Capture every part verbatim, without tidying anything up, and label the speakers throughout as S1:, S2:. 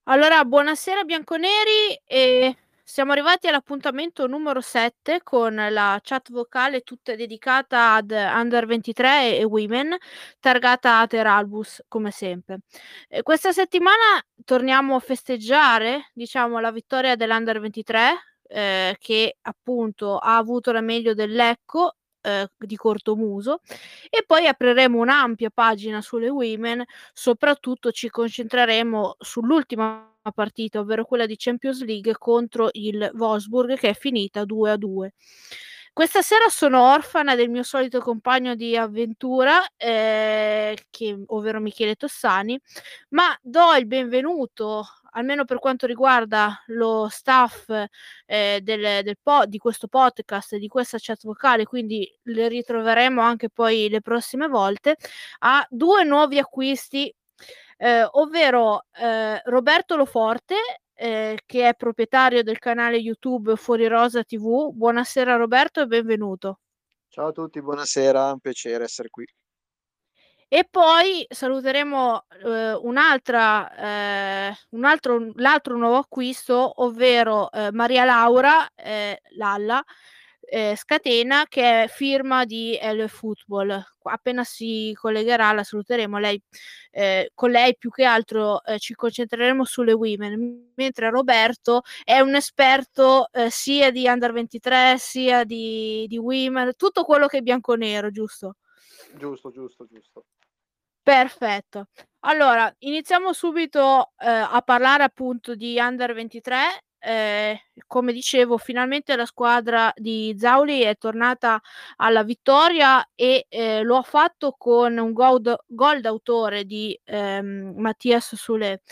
S1: Allora, buonasera bianconeri, e siamo arrivati all'appuntamento numero sette con la chat vocale tutta dedicata ad Under ventitré e Women, targata Ater Albus come sempre. E questa settimana torniamo a festeggiare, diciamo, la vittoria dell'Under ventitré, eh, che appunto ha avuto la meglio del Lecco eh, di Cortomuso, e poi apriremo un'ampia pagina sulle Women. Soprattutto ci concentreremo sull'ultima partita, ovvero quella di Champions League contro il Wolfsburg, che è finita due a due. Questa sera sono orfana del mio solito compagno di avventura, eh, che, ovvero Michele Tossani, ma do il benvenuto, almeno per quanto riguarda lo staff eh, del, del po- di questo podcast, di questa chat vocale, quindi le ritroveremo anche poi le prossime volte, a due nuovi acquisti, eh, ovvero eh, Roberto Loforte, eh, che è proprietario del canale YouTube Fuori Rosa T V. Buonasera Roberto e benvenuto.
S2: Ciao a tutti, buonasera, un piacere essere qui.
S1: E poi saluteremo eh, un'altra, eh, un altro, l'altro nuovo acquisto, ovvero eh, Maria Laura eh, Lalla eh, Scatena, che è firma di L Football. Appena si collegherà la saluteremo. Lei, eh, con lei più che altro eh, ci concentreremo sulle women, mentre Roberto è un esperto eh, sia di Under ventitré sia di, di women, tutto quello che è bianconero, giusto?
S2: Giusto, giusto, giusto.
S1: Perfetto. Allora, iniziamo subito eh, a parlare appunto di Under ventitré. Eh, come dicevo, finalmente la squadra di Zauli è tornata alla vittoria e eh, lo ha fatto con un gol, gol d'autore di ehm, Mattias Sule.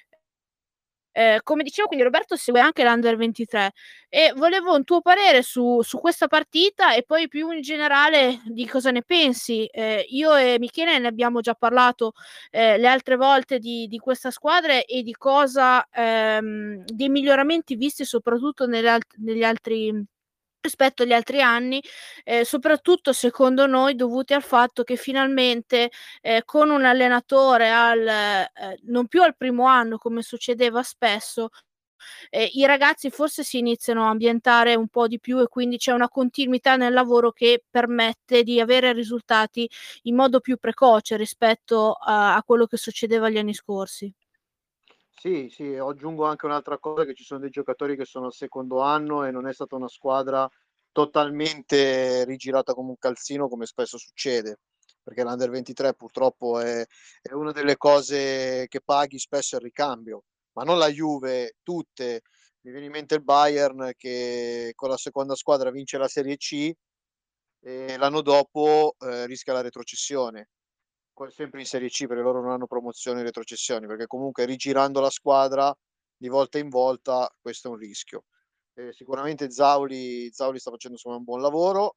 S1: Eh, come dicevo, quindi Roberto segue anche l'Under ventitré e volevo un tuo parere su, su questa partita e poi più in generale di cosa ne pensi. Eh, io e Michele ne abbiamo già parlato eh, le altre volte di, di questa squadra e di cosa, ehm, dei miglioramenti visti soprattutto negli, alt- negli altri rispetto agli altri anni, eh, soprattutto secondo noi dovuti al fatto che finalmente eh, con un allenatore al, eh, non più al primo anno come succedeva spesso, eh, i ragazzi forse si iniziano a ambientare un po' di più e quindi c'è una continuità nel lavoro che permette di avere risultati in modo più precoce rispetto a, a quello che succedeva gli anni scorsi.
S2: Sì, sì, aggiungo anche un'altra cosa, che ci sono dei giocatori che sono al secondo anno e non è stata una squadra totalmente rigirata come un calzino, come spesso succede, perché l'Under ventitré purtroppo è, è una delle cose che paghi spesso il ricambio, ma non la Juve, tutte. Mi viene in mente il Bayern che con la seconda squadra vince la Serie C e l'anno dopo eh, rischia la retrocessione. Co- sempre in Serie C, perché loro non hanno promozioni e retrocessioni, perché comunque rigirando la squadra di volta in volta questo è un rischio. Eh, sicuramente Zauli, Zauli sta facendo insomma un buon lavoro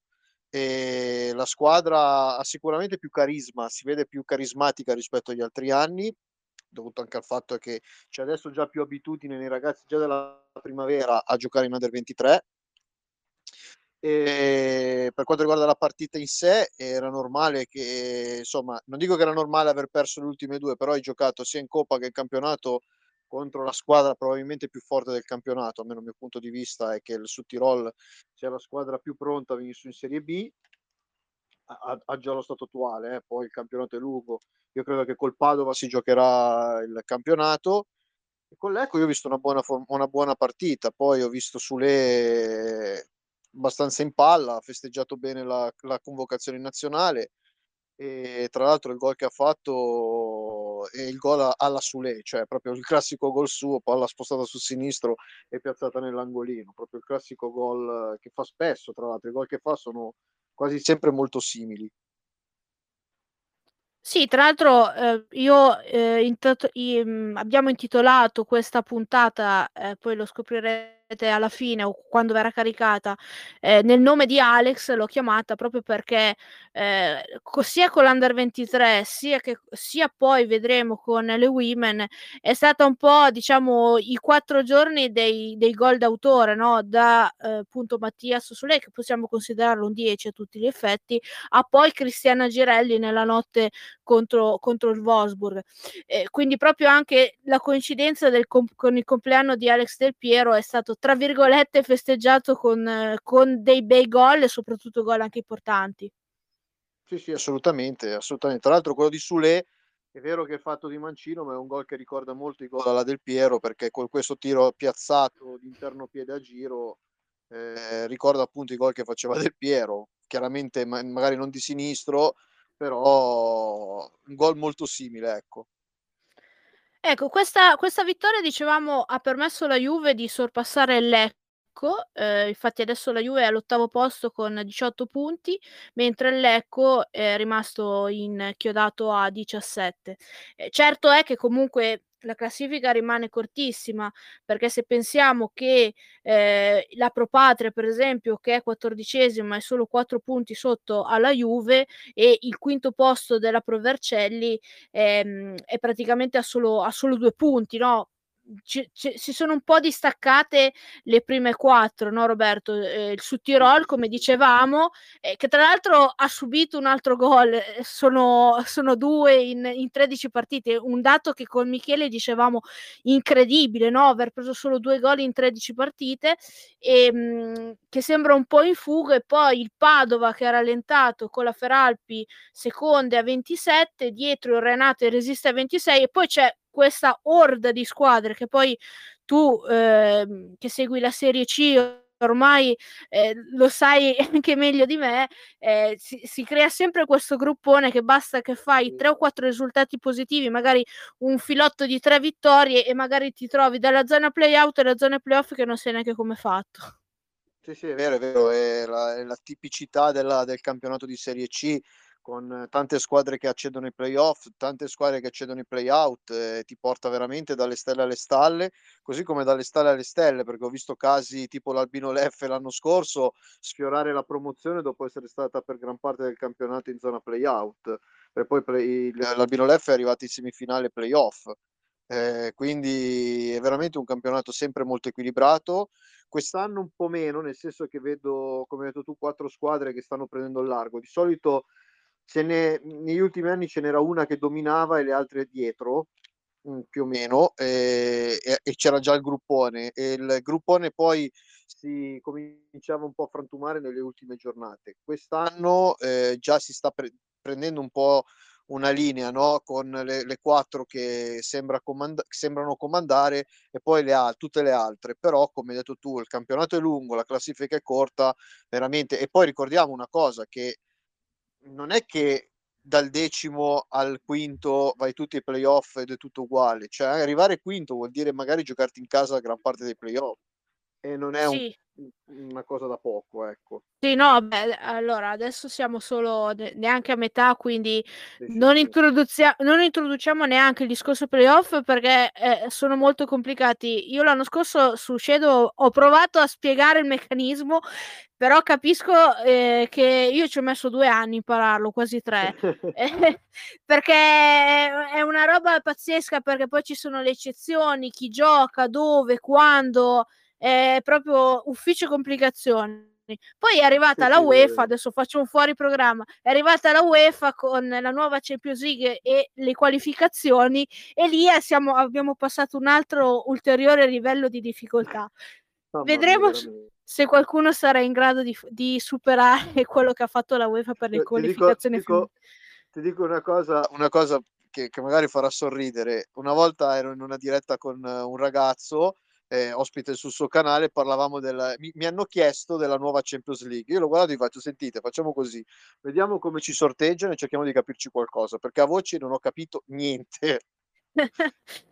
S2: e la squadra ha sicuramente più carisma, si vede più carismatica rispetto agli altri anni, dovuto anche al fatto che c'è adesso già più abitudine nei ragazzi già della primavera a giocare in Under ventitré. E per quanto riguarda la partita in sé, era normale che, insomma, non dico che era normale aver perso le ultime due, però hai giocato sia in Coppa che in campionato contro la squadra probabilmente più forte del campionato, almeno il mio punto di vista è che il Sud Tirol sia la squadra più pronta a venire su in Serie B, a, a già allo stato attuale, eh. Poi il campionato è lungo, io credo che col Padova si giocherà il campionato. E con l'Ecco io ho visto una buona, form- una buona partita, poi ho visto Sule abbastanza in palla, ha festeggiato bene la, la convocazione in nazionale e tra l'altro il gol che ha fatto è il gol a- alla Sule, cioè proprio il classico gol suo, palla spostata sul sinistro e piazzata nell'angolino, proprio il classico gol che fa spesso, tra l'altro i gol che fa sono quasi sempre molto simili.
S1: Sì, tra l'altro eh, io eh, intat- i- mh, abbiamo intitolato questa puntata, eh, poi lo scoprirete alla fine o quando verrà caricata, ehm, nel nome di Alex l'ho chiamata proprio perché, ehm, co sia con l'Under ventitré sia che sia poi vedremo con le Women, è stata un po' diciamo i quattro giorni dei dei gol d'autore, no, da, ehm, punto Mattias Solé, che possiamo considerarlo un dieci a tutti gli effetti, a poi Cristiana Girelli nella notte contro contro il Wolfsburg. Ehm, quindi proprio anche la coincidenza del com con il compleanno di Alex Del Piero è stato, tra virgolette, "festeggiato" con con dei bei gol e soprattutto gol anche importanti.
S2: Sì, sì, assolutamente, assolutamente. Tra l'altro quello di Soulé, è vero che è fatto di mancino, ma è un gol che ricorda molto i gol alla Del Piero, perché con questo tiro piazzato di interno piede a giro, ehm, ricorda appunto i gol che faceva Del Piero. Chiaramente ma magari non di sinistro, però un gol molto simile, ecco.
S1: Ecco, questa questa vittoria dicevamo ha permesso alla Juve di sorpassare il Lecco, ehm, infatti adesso la Juve è all'ottavo posto con diciotto punti, mentre il Lecco è rimasto inchiodato a diciassette. Ehm, certo è che comunque la classifica rimane cortissima, perché se pensiamo che, ehm, la Pro Patria per esempio, che è quattordicesima, è solo quattro punti sotto alla Juve e il quinto posto della Pro Vercelli, ehm, è praticamente a solo a solo due punti, no, ci ci si sono un po' distaccate le prime quattro, no Roberto, ehm, il
S2: Sì, sì,
S1: Südtirol
S2: sì,
S1: come
S2: sì.
S1: dicevamo, ehm, che tra l'altro ha subito un altro gol, ehm, sono sono due in in tredici partite, un dato che con Michele dicevamo incredibile, no, aver preso solo due gol in tredici partite, ehm, che sembra un po' in fuga e poi il Padova che ha rallentato con la Feralpi seconde a ventisette, dietro il Renato e Resiste a ventisei e poi c'è questa orda di squadre che poi tu, ehm, che segui la Serie C ormai, ehm, lo sai anche meglio di me, ehm, si si crea sempre questo gruppone che basta che fai
S2: Sì.
S1: tre o quattro risultati positivi, magari un filotto di tre vittorie e magari ti trovi dalla zona play-out alla zona play-off che non sai neanche come hai fatto.
S2: Sì, sì, è vero, è vero, è la è la tipicità della del campionato di Serie C, con tante squadre che accedono ai playoff, tante squadre che accedono ai playout, e ti porta veramente dalle stelle alle stalle, così come dalle stalle alle stelle, perché ho visto casi tipo l'Albino Leffe l'anno scorso sfiorare la promozione dopo essere stata per gran parte del campionato in zona playout, e poi play il l'Albino Leffe è arrivato in semifinale playoff. Ehm, quindi è veramente un campionato sempre molto equilibrato. Quest'anno un po' meno, nel senso che vedo, come hai detto tu, quattro squadre che stanno prendendo il largo. Di solito ce n'è negli ultimi anni ce n'era una che dominava e le altre dietro, mhmm, più o meno, ehm, e e c'era già il gruppone e il gruppone poi si cominciava un po' a frantumare nelle ultime giornate. Quest'anno, ehm, già si sta pre prendendo un po' una linea, no, con le le quattro che sembra comand sembrano comandare e poi le al tutte le altre. Però, come hai detto tu, il campionato è lungo, la classifica è corta, veramente. E poi ricordiamo una cosa, che non è che dal decimo al quinto vai tutti ai playoff ed è tutto uguale, cioè arrivare quinto vuol dire magari giocarti in casa gran parte dei playoff e non è un
S1: Sì.
S2: u una cosa da poco, ecco.
S1: Sì, no, beh, allora adesso siamo solo ne neanche a metà, quindi
S2: Sì, sì,
S1: non
S2: sì.
S1: introduzia non introduciamo neanche il discorso playoff perché, ehm, sono molto complicati. Io l'anno scorso su Shadow ho provato a spiegare il meccanismo, però capisco, ehm, che io ci ho messo due anni a impararlo, quasi tre, eh, perché è una roba pazzesca, perché poi ci sono le eccezioni, chi gioca, dove, quando, è proprio ufficio complicazioni. Poi è
S2: Sì,
S1: arrivata la
S2: sì, vero,
S1: UEFA,
S2: vero.
S1: adesso faccio un fuori programma, è arrivata la UEFA con la nuova Champions League e le qualificazioni e lì a siamo abbiamo passato un altro ulteriore livello di difficoltà.
S2: Mamma mia,
S1: Vedremo s
S2: veramente.
S1: se qualcuno sarà in grado di f di superare quello che ha fatto la UEFA per le
S2: Ehm, ti dico ti
S1: qualificazioni femi
S2: dico ti dico una cosa una cosa che che magari farà sorridere. Una volta ero in una diretta con un ragazzo, ehm, ospite sul suo canale, parlavamo del mi mi hanno chiesto della nuova Champions League. Io l'ho guardato e gli faccio: "Sentite, facciamo così, vediamo come ci sorteggiano e cerchiamo di capirci qualcosa, perché a voci non ho capito niente."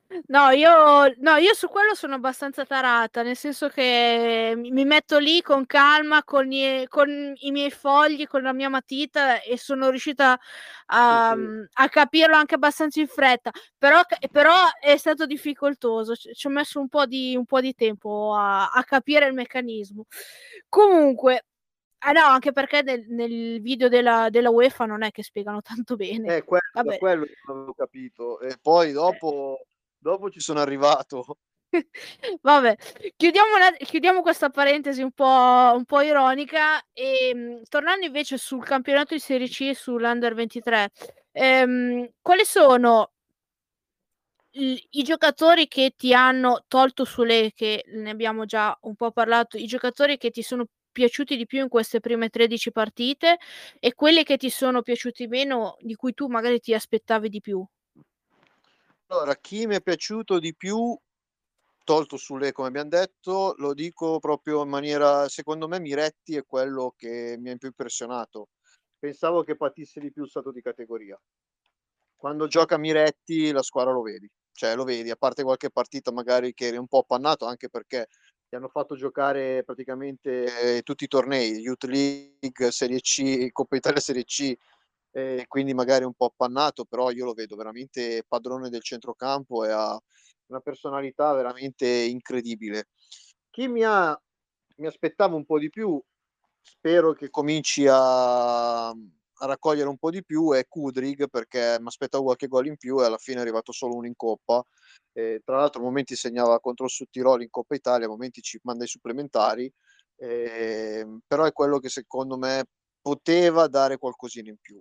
S1: No, io no, io su quello sono abbastanza tarata, nel senso che mi mi metto lì con calma, con i con i miei fogli, con la mia matita e sono riuscita
S2: Sì,
S1: a
S2: sì.
S1: mhmm, a capirlo anche abbastanza in fretta, però c però è stato difficoltoso, c ci ho messo un po' di un po' di tempo a a capire il meccanismo. Comunque ah no, anche perché nel nel video della della UEFA non è che spiegano tanto bene.
S2: Eh, quello da
S1: Vabbè.
S2: quello che non avevo capito. E poi
S1: Eh.
S2: dopo dopo ci sono arrivato.
S1: Vabbè, chiudiamo un at chiudiamo questa parentesi un po' un po' ironica, ehm, tornando invece sul campionato di Serie C e sull'Under ventitré, ehm, quali sono i i giocatori che ti hanno tolto Solé, che ne abbiamo già un po' parlato, i giocatori che ti sono piaciuti di più in queste prime tredici partite e quelli che ti sono piaciuti meno, di cui tu magari ti aspettavi di più?
S2: Allora, chi mi è piaciuto di più, tolto Solé come abbiam detto, lo dico proprio in maniera secondo me Miretti è quello che mi ha più impressionato. Pensavo che patisse di più il salto di categoria. Quando gioca Miretti la squadra lo vedi, cioè lo vedi, a parte qualche partita magari che eri un po' appannato, anche perché ti hanno fatto giocare praticamente tutti i tornei, Youth League, Serie C, Coppa Italia Serie C, e quindi magari un po' appannato, però io lo vedo veramente padrone del centrocampo e ha una personalità veramente incredibile. Chi mi ha mi aspettavo un po' di più, spero che cominci a a raccogliere un po' di più, è Kudryk, perché m'aspettavo qualche gol in più e alla fine è arrivato solo uno in coppa. Ehm, tra l'altro a momenti segnava contro il Sudtirolo in Coppa Italia, a momenti ci manda ai supplementari, ehm, però è quello che secondo me poteva dare qualcosina in più.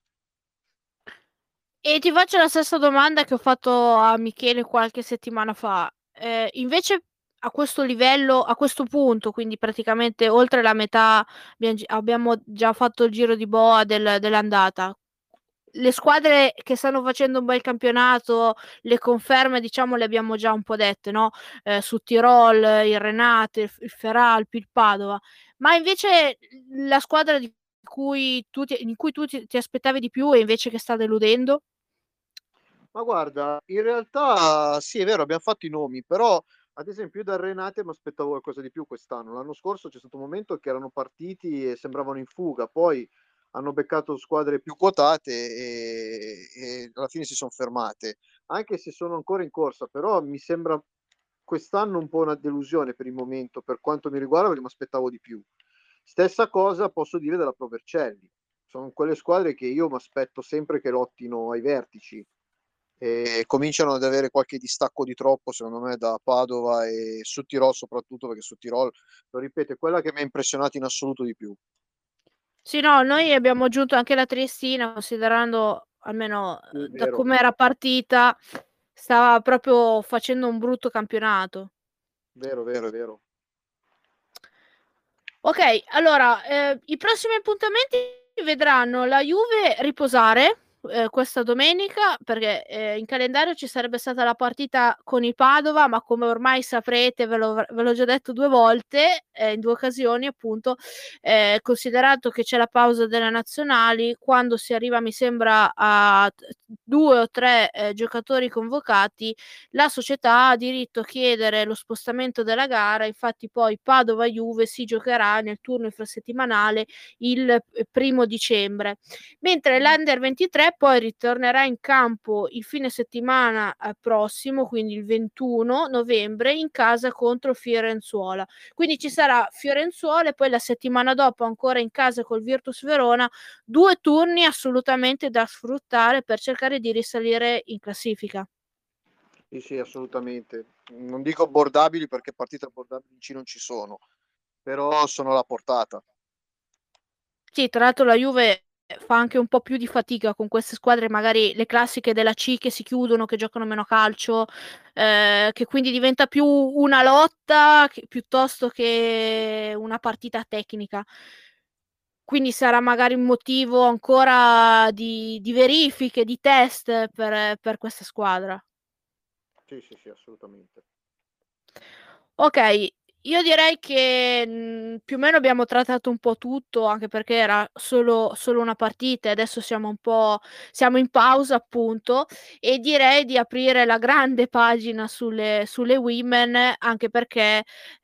S1: E ti faccio la stessa domanda che ho fatto a Michele qualche settimana fa. Ehm, invece a questo livello, a questo punto, quindi praticamente oltre la metà, abbiam g abbiamo già fatto il giro di boa del dell'andata. Le squadre che stanno facendo un bel campionato, le conferme diciamo le abbiamo già un po' dette, no, ehm, Südtirol, il Renate, il F il Feralpi, il Padova. Ma invece l la squadra di cui tu ti in cui tu ti ti aspettavi di più e invece che sta deludendo?
S2: Ma guarda, in realtà sì, è vero, abbiam fatto i nomi, però ad esempio io dal Renate m'aspettavo qualcosa di più quest'anno. L'anno scorso c'è stato un momento che erano partiti e sembravano in fuga, poi hanno beccato squadre più quotate e e alla fine si son fermate. Anche se sono ancora in corsa, però mi sembra quest'anno un po' una delusione per il momento, per quanto mi riguarda, perché m'aspettavo di più. Stessa cosa posso dire della Pro Vercelli. Son quelle squadre che io m'aspetto sempre che lottino ai vertici. Ehm, cominciano ad avere qualche distacco di troppo secondo me da Padova e Südtirol soprattutto, perché Südtirol, lo ripeto, è quella che mi ha impressionato in assoluto di più.
S1: Sì, no, noi abbiamo aggiunto anche la Triestina, considerando almeno,
S2: Sì,
S1: uhm, da
S2: vero,
S1: com'era partita, stava proprio facendo un brutto campionato.
S2: vero, vero, è vero.
S1: Okay, allora, ehm, i prossimi appuntamenti vedranno la Juve riposare, ehm, questa domenica perché, ehm, in calendario ci sarebbe stata la partita con il Padova, ma come ormai saprete, ve l'ho v ve l'ho già detto due volte, ehm, in due occasioni appunto, ehm, considerato che c'è la pausa delle nazionali, quando si arriva mi sembra a t due o tre, ehm, giocatori convocati, la società ha diritto a chiedere lo spostamento della gara, infatti poi Padova-Juve si giocherà nel turno infrasettimanale il, ehm, primo dicembre, mentre l'Under ventitré poi ritornerà in campo il fine settimana, uhm, prossimo, quindi il ventuno novembre, in casa contro Fiorenzuola. Quindi ci sarà Fiorenzuola e poi la settimana dopo ancora in casa col Virtus Verona, due turni assolutamente da sfruttare per cercare di risalire in classifica.
S2: Sì, sì, assolutamente. Non dico abbordabili perché partite abbordabili in C non ci sono, però sono alla portata.
S1: Sì, tra l'altro la Juve fa anche un po' più di fatica con queste squadre, magari le classiche della C che si chiudono, che giocano meno a calcio, ehm, che quindi diventa più una lotta che piuttosto che una partita tecnica. Quindi sarà magari un motivo ancora di di verifiche, di test per per questa squadra.
S2: Sì, sì, sì, assolutamente.
S1: Okay, Io direi che mh, più o meno abbiamo trattato un po' tutto, anche perché era solo, solo una partita e adesso siamo un po' siamo in pausa appunto, e direi di aprire la grande pagina sulle, sulle women, anche perché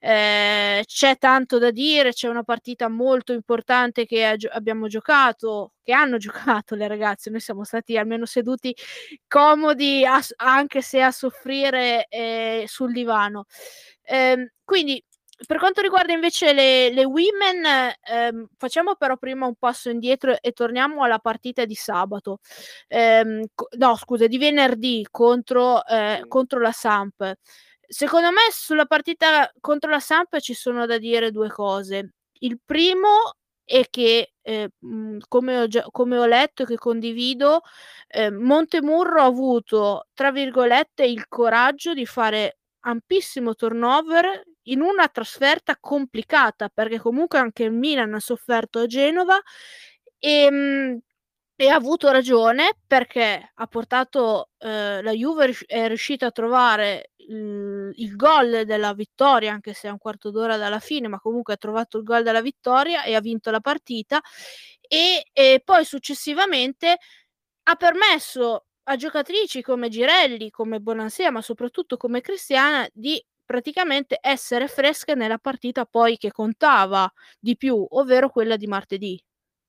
S1: eh, c'è tanto da dire, c'è una partita molto importante che ha, abbiamo giocato, che hanno giocato le ragazze, noi siamo stati almeno seduti comodi, a, anche se a soffrire eh, sul divano. Eh, quindi per quanto riguarda invece le, le women, ehm, facciamo però prima un passo indietro e torniamo alla partita di sabato. Ehm, co- no, scusa, di venerdì contro, eh,
S2: Sì.
S1: contro la Samp. Secondo me sulla partita contro la Samp ci sono da dire due cose. Il primo è che, eh, mh, come, ho già, come ho letto e che condivido, eh, Montemurro ha avuto, tra virgolette, il coraggio di fare ampissimo turnover in una trasferta complicata, perché comunque anche il Milan ha sofferto a Genova e, mh, e ha avuto ragione, perché ha portato eh, la Juve è riuscita a trovare il, il gol della vittoria, anche se è un quarto d'ora dalla fine, ma comunque ha trovato il gol della vittoria e ha vinto la partita, e, e poi successivamente ha permesso a giocatrici come Girelli, come Bonansea, ma soprattutto come Cristiana, di praticamente essere fresche nella partita poi che contava di più, ovvero quella di martedì.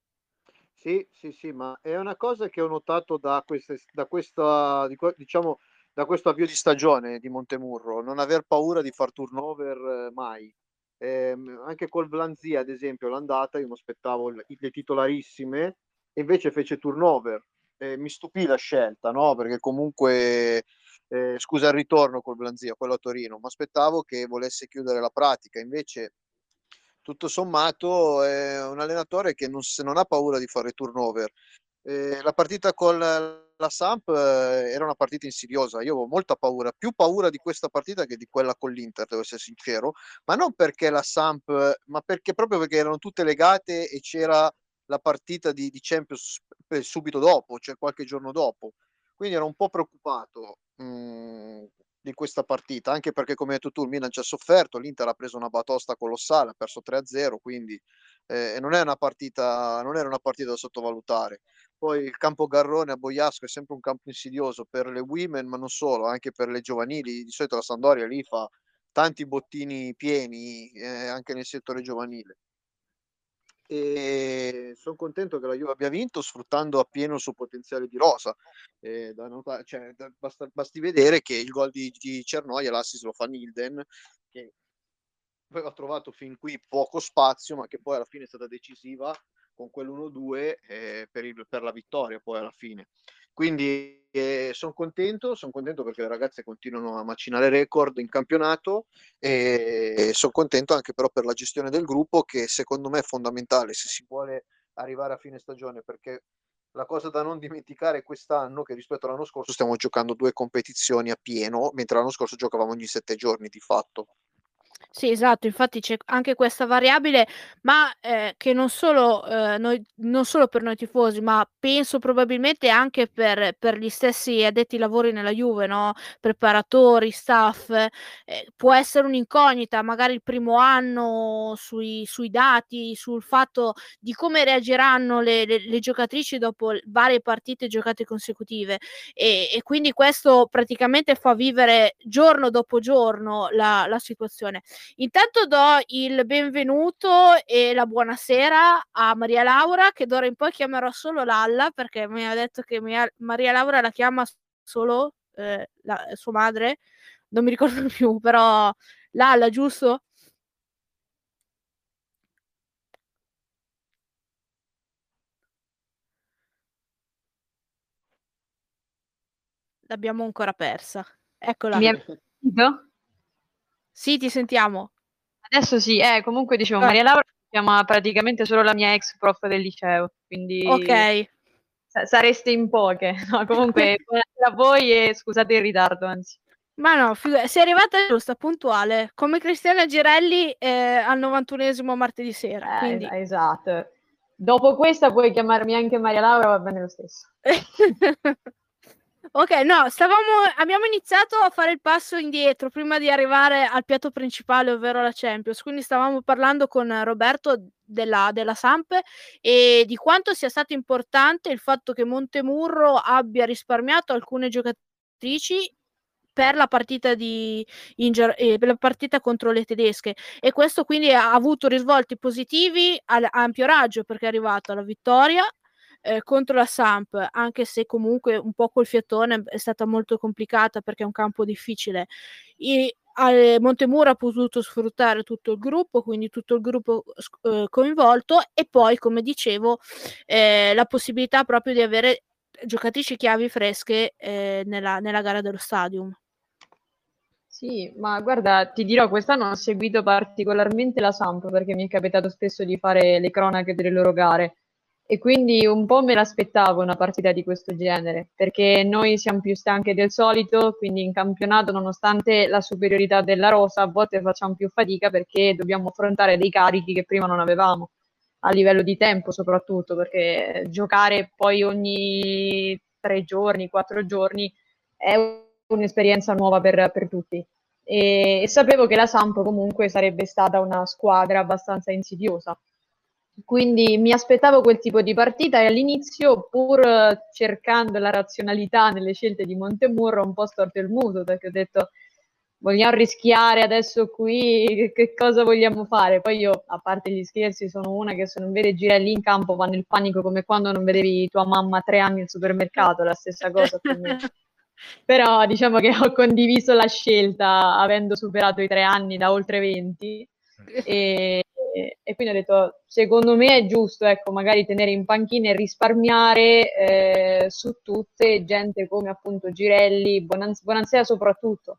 S2: Sì, sì, sì, ma è una cosa che ho notato da queste, da questa, di que- diciamo, da questo avvio di stagione di Montemurro, non aver paura di far turnover eh, mai. Ehm, anche col Blanzia, ad esempio, l'andata, io mi aspettavo il- le titolarissime, e invece fece turnover. Eh, mi stupì la scelta, no? Perché comunque, eh, scusa il ritorno col Blanzia, quello a Torino, mi aspettavo che volesse chiudere la pratica, invece tutto sommato è un allenatore che non, se non ha paura di fare turnover. Eh, la partita con la Samp eh, era una partita insidiosa, io avevo molta paura, più paura di questa partita che di quella con l'Inter, devo essere sincero, ma non perché la Samp, ma perché proprio perché erano tutte legate e c'era la partita di, di Champions subito dopo, cioè qualche giorno dopo. Quindi ero un po' preoccupato mh, di questa partita, anche perché come hai detto tu il Milan ci ha sofferto, l'Inter ha preso una batosta colossale, ha perso tre a zero, quindi eh, non è una partita, non era una partita da sottovalutare. Poi il campo Garrone a Boiasco è sempre un campo insidioso per le women, ma non solo, anche per le giovanili. Di solito la Sampdoria lì fa tanti bottini pieni eh, anche nel settore giovanile. E sono contento che la Juve abbia vinto sfruttando appieno il suo potenziale di rosa. Eh, da nota- cioè, da- basta- basti vedere che il gol di, di Cernoia, l'assist lo fa Nilden, che aveva trovato fin qui poco spazio, ma che poi alla fine è stata decisiva con quell'uno due eh, per, il- per la vittoria poi alla fine. Quindi eh, sono contento, sono contento perché le ragazze continuano a macinare record in campionato e sono contento anche però per la gestione del gruppo che secondo me è fondamentale se si vuole arrivare a fine stagione, perché la cosa da non dimenticare è quest'anno che rispetto all'anno scorso stiamo giocando due competizioni a pieno, mentre l'anno scorso giocavamo ogni sette giorni di fatto.
S1: Sì, esatto, infatti c'è anche questa variabile, ma eh, che non solo, eh, noi, non solo per noi tifosi, ma penso probabilmente anche per, per gli stessi addetti ai lavori nella Juve, no? Preparatori, staff, eh, può essere un'incognita, magari il primo anno sui, sui dati, sul fatto di come reagiranno le, le, le giocatrici dopo varie partite giocate consecutive e, e quindi questo praticamente fa vivere giorno dopo giorno la, la situazione. Intanto do il benvenuto e la buonasera a Maria Laura, che d'ora in poi chiamerò solo Lalla, perché mi ha detto che Maria, Maria Laura la chiama solo eh, la, sua madre, non mi ricordo più, però Lalla, giusto? L'abbiamo ancora persa. Eccola.
S3: Mi avete sentito?
S1: Sì, ti sentiamo.
S3: Adesso sì, eh, comunque dicevo,
S1: Ah,
S3: Maria Laura si chiama praticamente solo la mia ex prof del liceo, quindi
S1: ok.
S3: sa- sareste in poche. No, comunque, buonasera a voi e scusate il ritardo, anzi.
S1: Ma no, figu- sei arrivata giusta, puntuale, come Cristiana Girelli eh, al novantunesimo martedì sera,
S3: Eh, es-
S1: quindi...
S3: esatto. Dopo questa puoi chiamarmi anche Maria Laura, va bene lo stesso.
S1: Ok, no, stavamo, abbiamo iniziato a fare il passo indietro prima di arrivare al piatto principale, ovvero la Champions. Quindi stavamo parlando con Roberto della, della Samp e di quanto sia stato importante il fatto che Montemurro abbia risparmiato alcune giocatrici per la partita di in, eh, per la partita contro le tedesche, e questo quindi ha avuto risvolti positivi a ampio raggio, perché è arrivata la vittoria eh, contro la Samp, anche se comunque un po' col fiatone è stata molto complicata perché è un campo difficile. E, eh, Montemurro ha potuto sfruttare tutto il gruppo, quindi tutto il gruppo eh, coinvolto, e poi, come dicevo, eh, la possibilità proprio di avere giocatrici chiavi fresche eh, nella, nella gara dello Stadium.
S3: Sì, ma guarda, ti dirò, quest'anno ho seguito particolarmente la Samp perché mi è capitato spesso di fare le cronache delle loro gare e quindi un po' me l'aspettavo una partita di questo genere, perché noi siamo più stanche del solito, quindi in campionato, nonostante la superiorità della rosa, a volte facciamo più fatica perché dobbiamo affrontare dei carichi che prima non avevamo, a livello di tempo soprattutto, perché giocare poi ogni tre giorni, quattro giorni è un'esperienza nuova per, per tutti. E, e sapevo che la Samp comunque sarebbe stata una squadra abbastanza insidiosa. Quindi mi aspettavo quel tipo di partita e all'inizio, pur cercando la razionalità nelle scelte di Montemurro, ho un po' storto il muso perché ho detto vogliamo rischiare adesso qui, che cosa vogliamo fare? Poi io, a parte gli scherzi, sono una che se non vede Girelli in campo va nel panico come quando non vedevi tua mamma tre anni al supermercato, la stessa cosa per me. Però diciamo che ho condiviso la scelta avendo superato i tre anni da oltre venti e, e quindi ho detto secondo me è giusto, ecco, magari tenere in panchina e risparmiare eh, su tutte gente come appunto Girelli, Bonanz- Bonansea soprattutto,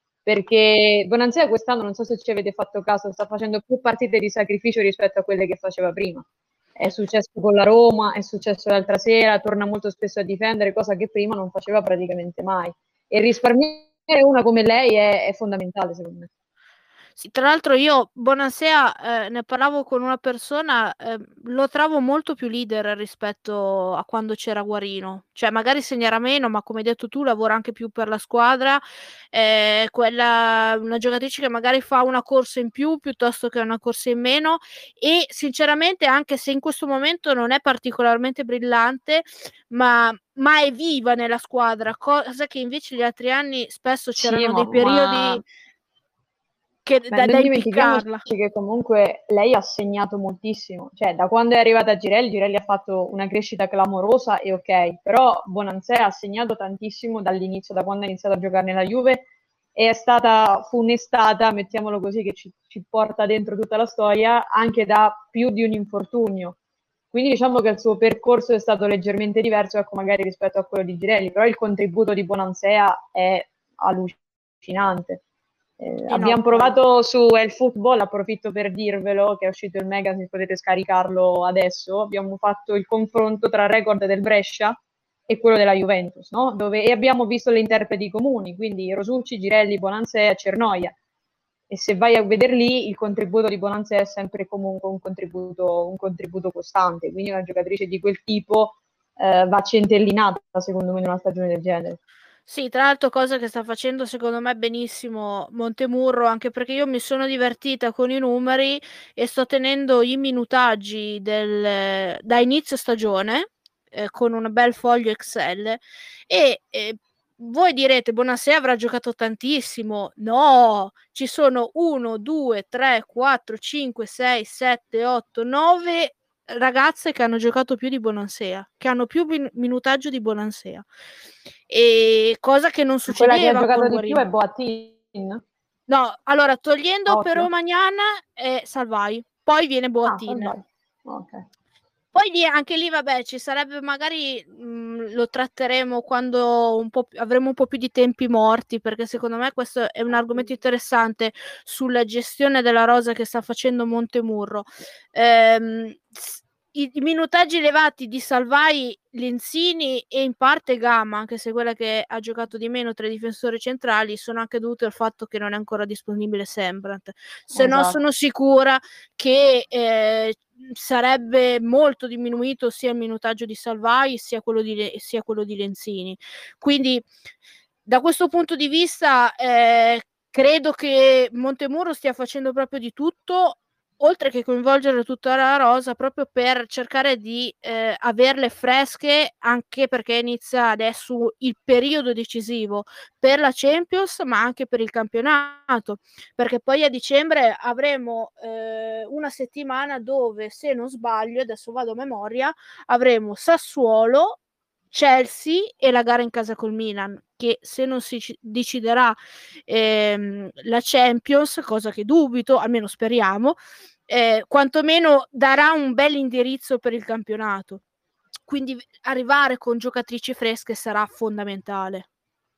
S3: perché Bonansea quest'anno, non so se ci avete fatto caso, sta facendo più partite di sacrificio rispetto a quelle che faceva prima. È successo con la Roma, è successo l'altra sera, torna molto spesso a difendere, cosa che prima non faceva praticamente mai. E risparmiare una come lei è, è fondamentale, secondo me.
S1: Sì, tra l'altro io, Bonansea, eh, ne parlavo con una persona, eh, lo trovo molto più leader rispetto a quando c'era Guarino. Cioè, magari segnerà meno, ma come hai detto tu, lavora anche più per la squadra. È quella, una giocatrice che magari fa una corsa in più piuttosto che una corsa in meno. E sinceramente, anche se in questo momento non è particolarmente brillante, ma, ma è viva nella squadra, cosa che invece gli altri anni spesso c'erano
S3: Sì,
S1: dei
S3: ma,
S1: periodi
S3: ma
S1: che,
S3: Beh,
S1: da, da
S3: non dimentichiamoci
S1: impiccarla.
S3: che comunque lei ha segnato moltissimo, cioè da quando è arrivata Girelli, Girelli ha fatto una crescita clamorosa e ok, però Bonansea ha segnato tantissimo dall'inizio, da quando ha iniziato a giocare nella Juve e è stata funestata, mettiamolo così, che ci, ci porta dentro tutta la storia, anche da più di un infortunio. Quindi diciamo che il suo percorso è stato leggermente diverso, ecco, magari rispetto a quello di Girelli, però il contributo di Bonansea è allucinante. Eh,
S1: Sì, no,
S3: abbiamo
S1: poi.
S3: provato su El Football, approfitto per dirvelo che è uscito il magazine, potete scaricarlo adesso. Abbiamo fatto il confronto tra il record del Brescia e quello della Juventus, no? Dove, e abbiamo visto le interpreti comuni, quindi Rosucci, Girelli, Bonansea e Cernoia. E se vai a vederli, il contributo di Bonansea è sempre comunque un contributo, un contributo costante. Quindi una giocatrice di quel tipo eh, va centellinata, secondo me, in una stagione del genere.
S1: Sì, tra l'altro cosa che sta facendo secondo me benissimo Montemurro, anche perché io mi sono divertita con i numeri e sto tenendo i minutaggi del, da inizio stagione eh, con un bel foglio Excel e eh, voi direte Bonansea avrà giocato tantissimo. No, ci sono uno, due, tre, quattro, cinque, sei, sette, otto, nove ragazze che hanno giocato più di Bonansea, che hanno più min- minutaggio di Bonansea. E cosa che non
S3: Quella che ha
S1: succedeva con
S3: giocato di più
S1: Guarini.
S3: è Boattin.
S1: No, allora togliendo per
S3: Occhio.
S1: Romagnana e Salvai, poi viene
S3: Ah,
S1: Boattin.
S3: Salvai. Ok.
S1: Poi lì, anche lì, vabbè, ci sarebbe magari mh, lo tratteremo quando un po' più, avremo un po' più di tempi morti, perché secondo me questo è un argomento interessante sulla gestione della rosa che sta facendo Montemurro. Ehm, i, i minutaggi elevati di Salvai, Lenzini e in parte Gama, anche se quella che ha giocato di meno tra i difensori centrali, sono anche dovuti al fatto che non è ancora disponibile Sembrant. Se no
S3: Esatto.
S1: sono sicura che eh, sarebbe molto diminuito sia il minutaggio di Salvai sia quello di, sia quello di Lenzini. Quindi da questo punto di vista eh, credo che Montemurro stia facendo proprio di tutto, oltre che coinvolgere tutta la rosa, proprio per cercare di eh, averle fresche, anche perché inizia adesso il periodo decisivo per la Champions, ma anche per il campionato, perché poi a dicembre avremo eh, una settimana dove, se non sbaglio, adesso vado a memoria, avremo Sassuolo, Chelsea e la gara in casa col Milan, che se non si c- deciderà ehm, la Champions, cosa che dubito, almeno speriamo, eh, quantomeno darà un bel indirizzo per il campionato. Quindi arrivare con giocatrici fresche sarà fondamentale.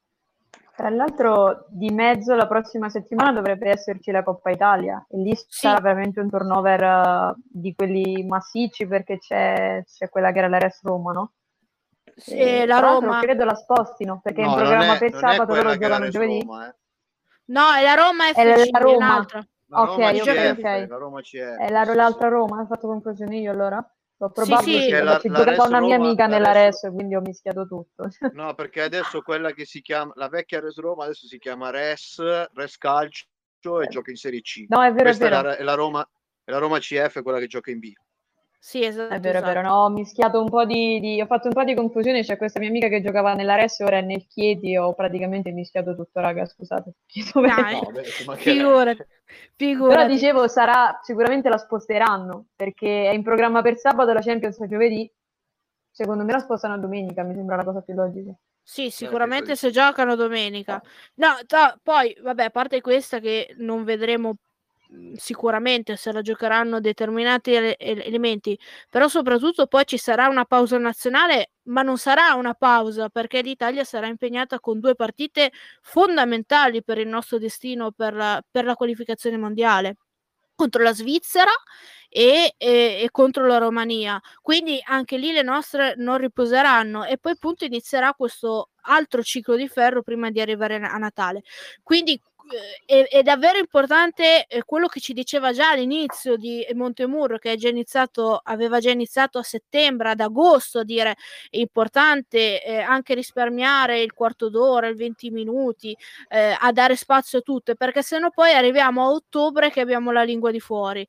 S3: Tra l'altro di mezzo la prossima settimana dovrebbe esserci la Coppa Italia e lì
S1: Sì.
S3: sarà veramente un turnover uh, di quelli massicci, perché c'è, c'è quella che era la Res Roma, no?
S1: Sì,
S3: E,
S1: la
S3: tra l'altro
S1: Roma.
S3: credo la spostino, perché in
S2: No, non
S3: programma
S2: è,
S3: per
S2: non è
S3: sabato
S2: quella
S3: loro
S2: che è la
S3: giocano
S2: Res
S3: giovedì.
S2: Roma, eh.
S1: No, è la Roma
S3: È
S1: F C,
S3: la
S1: è
S3: Roma.
S1: un'altra.
S2: La
S3: Ok,
S2: Roma
S1: Che
S3: ok,
S1: gioca in
S2: C F,
S3: ok.
S2: la Roma C F,
S3: È la-
S2: sì, sì,
S3: l'altra
S2: sì.
S3: Roma, ho fatto confusione io allora? Ho
S1: Sì,
S2: No,
S3: probabile,
S1: sì.
S3: sì,
S2: perché
S3: vabbè,
S2: la,
S3: ci
S2: la
S3: giocava
S2: Res
S3: una mia
S2: Roma,
S3: amica
S2: la
S3: nella
S2: Res,
S3: Res, quindi ho mischiato tutto.
S2: no, perché adesso quella che si chiama, la vecchia Res Roma adesso si chiama Res, Res Calcio e gioca in Serie C.
S3: No, è vero, è
S2: Questa è
S3: vero.
S2: la, è la Roma, è la Roma C F, quella che gioca in B.
S1: Sì, esatto,
S3: È vero, è vero,
S1: esatto.
S3: no, ho mischiato un po' di, di- ho fatto un po' di confusione, c'è questa mia amica che giocava nella Res e ora è nel Chieti, ho praticamente mischiato tutto, raga, scusate. Chiedo
S1: Dai,
S2: No,
S3: perdono.
S2: beh, ci
S1: figurati,
S2: mancherebbe.
S3: Però
S1: figurati.
S3: dicevo, sarà, sicuramente la sposteranno, perché è in programma per sabato, la Champions è giovedì, secondo me la spostano a domenica, mi sembra la cosa più logica.
S1: Sì,
S2: Eh, penso di
S1: sicuramente se
S2: sì.
S1: giocano domenica. No, ta- poi, vabbè, a parte questa che non vedremo mh, sicuramente se la giocheranno determinati ele- ele- elementi, però soprattutto poi ci sarà una pausa nazionale, ma non sarà una pausa perché l'Italia sarà impegnata con due partite fondamentali per il nostro destino, per la, per la qualificazione mondiale, contro la Svizzera e, e- e contro la Romania. Quindi anche lì le nostre non riposeranno e poi appunto inizierà questo altro ciclo di ferro prima di arrivare a Natale. Quindi eh, è, è davvero importante eh, quello che ci diceva già all'inizio di Montemurro, che è già iniziato, aveva già iniziato a settembre, ad agosto, a dire è importante eh, anche risparmiare il quarto d'ora, il venti minuti, eh, a dare spazio a tutte, perché sennò poi arriviamo a ottobre che abbiamo la lingua di fuori.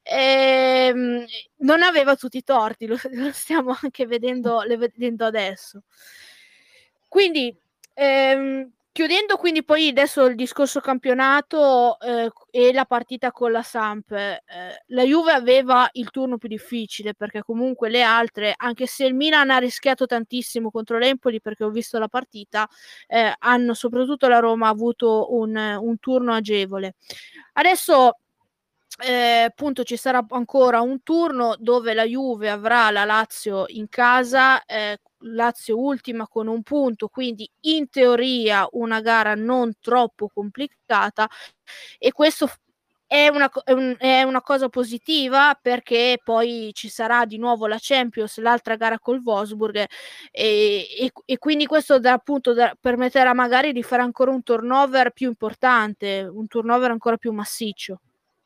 S1: Ehm, non aveva tutti i torti, lo, lo stiamo anche vedendo, le vedendo adesso. Quindi, ehm, chiudendo quindi poi adesso il discorso campionato eh, e la partita con la Samp, eh, la Juve aveva il turno più difficile perché comunque le altre, anche se il Milan ha rischiato tantissimo contro l'Empoli perché ho visto la partita, eh, hanno soprattutto la Roma avuto un, un turno agevole. Adesso eh, appunto ci sarà ancora un turno dove la Juve avrà la Lazio in casa, eh, Lazio ultima con un punto, quindi in teoria una gara non troppo complicata e questo è una, è, un, è una cosa positiva perché poi ci sarà di nuovo la Champions, l'altra gara col Wolfsburg e, e, e quindi questo da, appunto da, permetterà magari di fare ancora un turnover più importante, un turnover ancora più massiccio.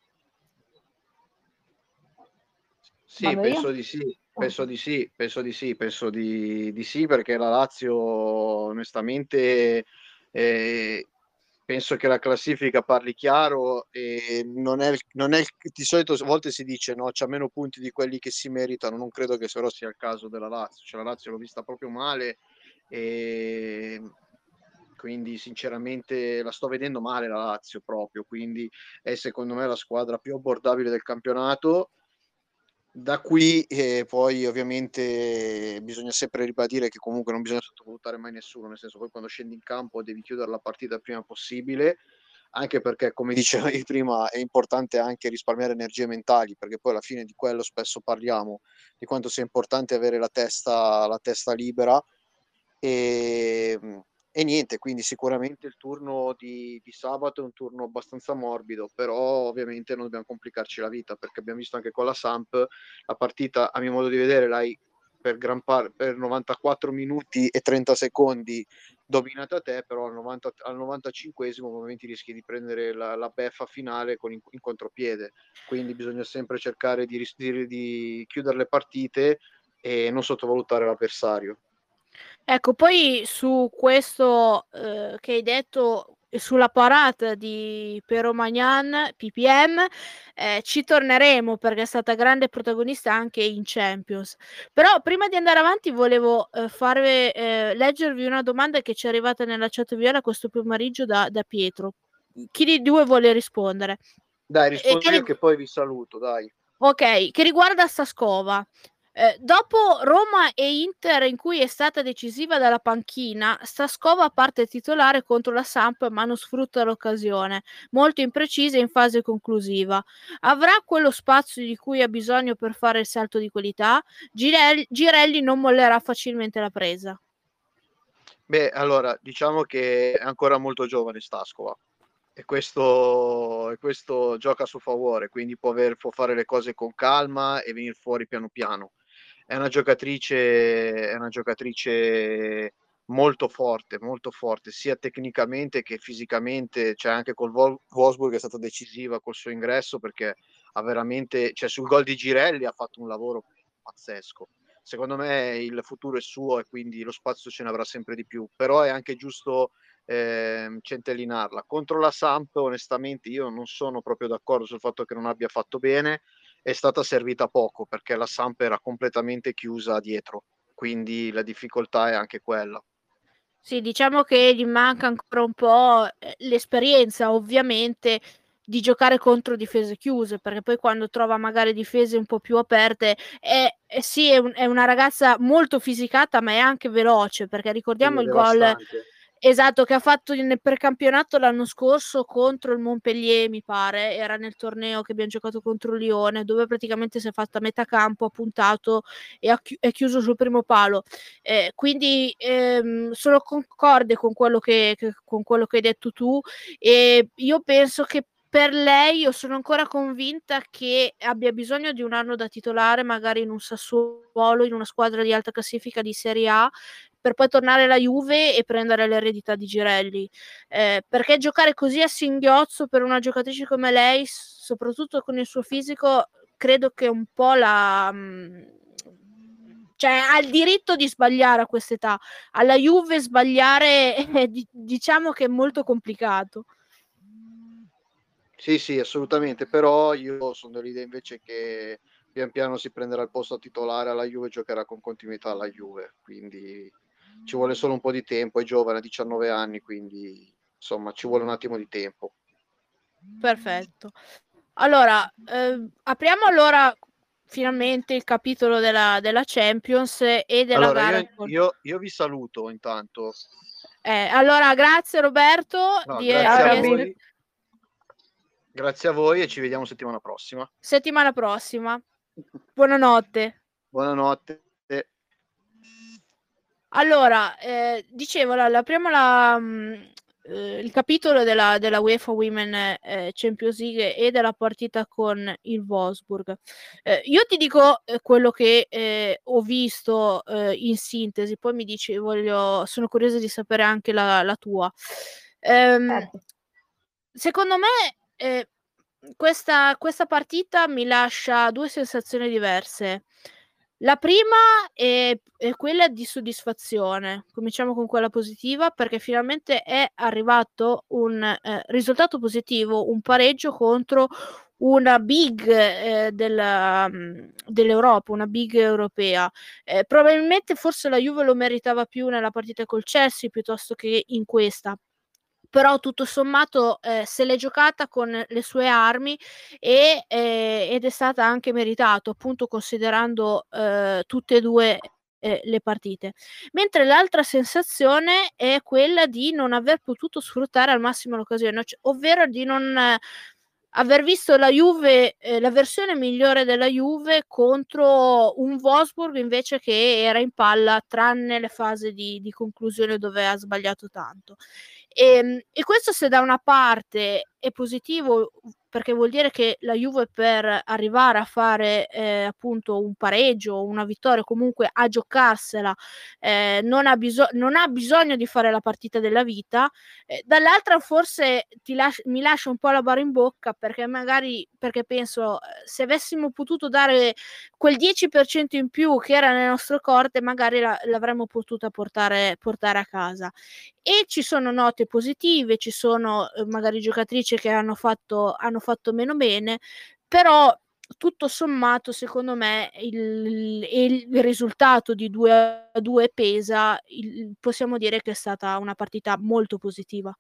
S2: Sì,
S3: Vado
S2: penso
S3: io?
S2: di sì,
S3: Ah.
S2: penso di sì, penso di sì, penso di, di sì, perché la Lazio onestamente eh, penso che la classifica parli chiaro e non è, il- non è il- di solito a volte si dice no, c'ha meno punti di quelli che si meritano, non credo che però sia il caso della Lazio, cioè, la Lazio l'ho vista proprio male e quindi sinceramente la sto vedendo male la Lazio proprio, quindi è secondo me la squadra più abbordabile del campionato. Da qui eh, poi ovviamente bisogna sempre ribadire che comunque non bisogna sottovalutare mai nessuno, nel senso poi quando scendi in campo devi chiudere la partita il prima possibile, anche perché come dicevi prima è importante anche risparmiare energie mentali, perché poi alla fine di quello spesso parliamo, di quanto sia importante avere la testa, la testa libera e, e niente, quindi sicuramente il turno di, di sabato è un turno abbastanza morbido, però ovviamente non dobbiamo complicarci la vita perché abbiamo visto anche con la Samp la partita, a mio modo di vedere, l'hai per gran parte per novantaquattro minuti e trenta secondi dominate a te, però al novanta al novantacinquesimo ovviamente rischi di prendere la la beffa finale con in in contropiede. Quindi bisogna sempre cercare di ris di di chiudere le partite e non sottovalutare l'avversario.
S1: Ecco, poi su questo, uhm, che hai detto e sulla parata di Pero Maignan, P P M, ehm, ci torneremo perché è stata grande protagonista anche in Champions. Però prima di andare avanti volevo, uhm, farve ehm, leggervi una domanda che ci è arrivata nella chat viola questo pomeriggio da da Pietro. Chi dei due vuole rispondere?
S2: Dai,
S1: E
S2: rispondo
S1: che
S2: io
S1: rig
S2: che poi vi saluto, dai.
S1: Okay, che riguarda Sascova. Ehm, dopo Roma e Inter in cui è stata decisiva dalla panchina, Sascova parte titolare contro la Samp ma non sfrutta l'occasione, molto imprecisa in fase conclusiva. Avrà quello spazio di cui ha bisogno per fare il salto di qualità? Girel Girelli non mollerà facilmente la presa.
S2: Beh, allora, diciamo che è ancora molto giovane Staskova e questo e questo gioca a suo favore, quindi può aver può fare le cose con calma e venir fuori piano piano. È una giocatrice è una giocatrice molto forte, molto forte, sia tecnicamente che fisicamente, cioè anche col Vol Wolfsburg è stata decisiva col suo ingresso perché ha veramente cioè sul gol di Girelli ha fatto un lavoro pazzesco. Secondo me il futuro è suo e quindi lo spazio ce ne avrà sempre di più, però è anche giusto, ehm, centellinarla. Contro la Samp onestamente io non sono proprio d'accordo sul fatto che non abbia fatto bene, è stata servita poco perché la Samp era completamente chiusa dietro, quindi la difficoltà è anche quella.
S1: Sì, diciamo che gli manca ancora un po', ehm, l'esperienza ovviamente di giocare contro difese chiuse, perché poi quando trova magari difese un po' più aperte è eh sì, è un è una ragazza molto fisicata, ma è anche veloce, perché
S2: Sì,
S1: ricordiamo
S2: è
S1: il gol
S2: devastante.
S1: esatto, che ha fatto in nel precampionato l'anno scorso contro il Montpellier, mi pare, era nel torneo che abbiam giocato contro il Lione, dove praticamente si è fatta a metà campo, ha puntato e ha chi è chiuso sul primo palo. Ehm, quindi, ehm, sono concorde con quello che che con quello che hai detto tu e io penso che per lei io sono ancora convinta che abbia bisogno di un anno da titolare, magari in un Sassuolo, in una squadra di alta classifica di Serie A, per poi tornare alla Juve e prendere l'eredità di Girelli. Ehm, perché giocare così a singhiozzo per una giocatrice come lei, s soprattutto con il suo fisico, credo che un po' la mhmm, cioè ha il diritto di sbagliare a quest'età. Alla Juve sbagliare di diciamo che è molto complicato.
S2: Sì, sì, assolutamente, però io son dell'idea invece che pian piano si prenderà il posto titolare alla Juve e giocherà con continuità alla Juve, quindi ci vuole solo un po' di tempo, è giovane, ha diciannove anni, quindi insomma ci vuole un attimo di tempo.
S1: Perfetto. Allora, ehm, apriamo allora finalmente il capitolo della della Champions e della
S2: Allora
S1: gara
S2: io
S1: con
S2: io io vi saluto intanto.
S1: eh, allora grazie Roberto
S2: No,
S1: di e
S3: Ciao
S2: grazie a
S1: di
S3: Robby.
S1: esse
S2: voi, grazie a voi e ci vediamo settimana prossima.
S1: settimana prossima. Buonanotte.
S2: Buonanotte.
S1: Allora, ehm, dicevo la la apriamo la mhmm, ehm, il capitolo della della UEFA Women, ehm, Champions League e della partita con il Wolfsburg. Ehm, io ti dico, ehm, quello che, ehm, ho visto, ehm, in sintesi, poi mi dici voglio sono curiosa di sapere anche la la tua. Ehm,
S3: Certo.
S1: secondo me, ehm, questa questa partita mi lascia due sensazioni diverse. La prima è è quella di soddisfazione. Cominciamo con quella positiva, perché finalmente è arrivato un, ehm, risultato positivo, un pareggio contro una big, ehm, della mhmm, dell'Europa, una big europea. Ehm, probabilmente forse la Juve lo meritava più nella partita col Chelsea piuttosto che in questa. Però tutto sommato, ehm, se l'è giocata con le sue armi e ehm, ed è stata anche meritato, appunto considerando, uhm, tutte e due, ehm, le partite. Mentre l'altra sensazione è quella di non aver potuto sfruttare al massimo l'occasione, c ovvero di non eh, aver visto la Juve ehm, la versione migliore della Juve contro un Wolfsburg invece che era in palla tranne le fasi di di conclusione dove ha sbagliato tanto. Ehm, e questo se da una parte è positivo perché vuol dire che la Juve per arrivare a fare eh, appunto un pareggio, una vittoria, comunque a giocarsela, eh, non, ha biso- non ha bisogno di fare la partita della vita. Eh, dall'altra forse ti las- mi lascia un po' la bara in bocca, perché magari perché penso eh, se avessimo potuto dare quel dieci per cento in più che era nelle nostre corde, magari la- l'avremmo potuta portare, portare a casa. E ci sono note positive, ci sono eh, magari giocatrici che hanno fatto, hanno fatto meno bene, però tutto sommato secondo me il, il risultato di due a due pesa, il, possiamo dire che è stata una partita molto positiva.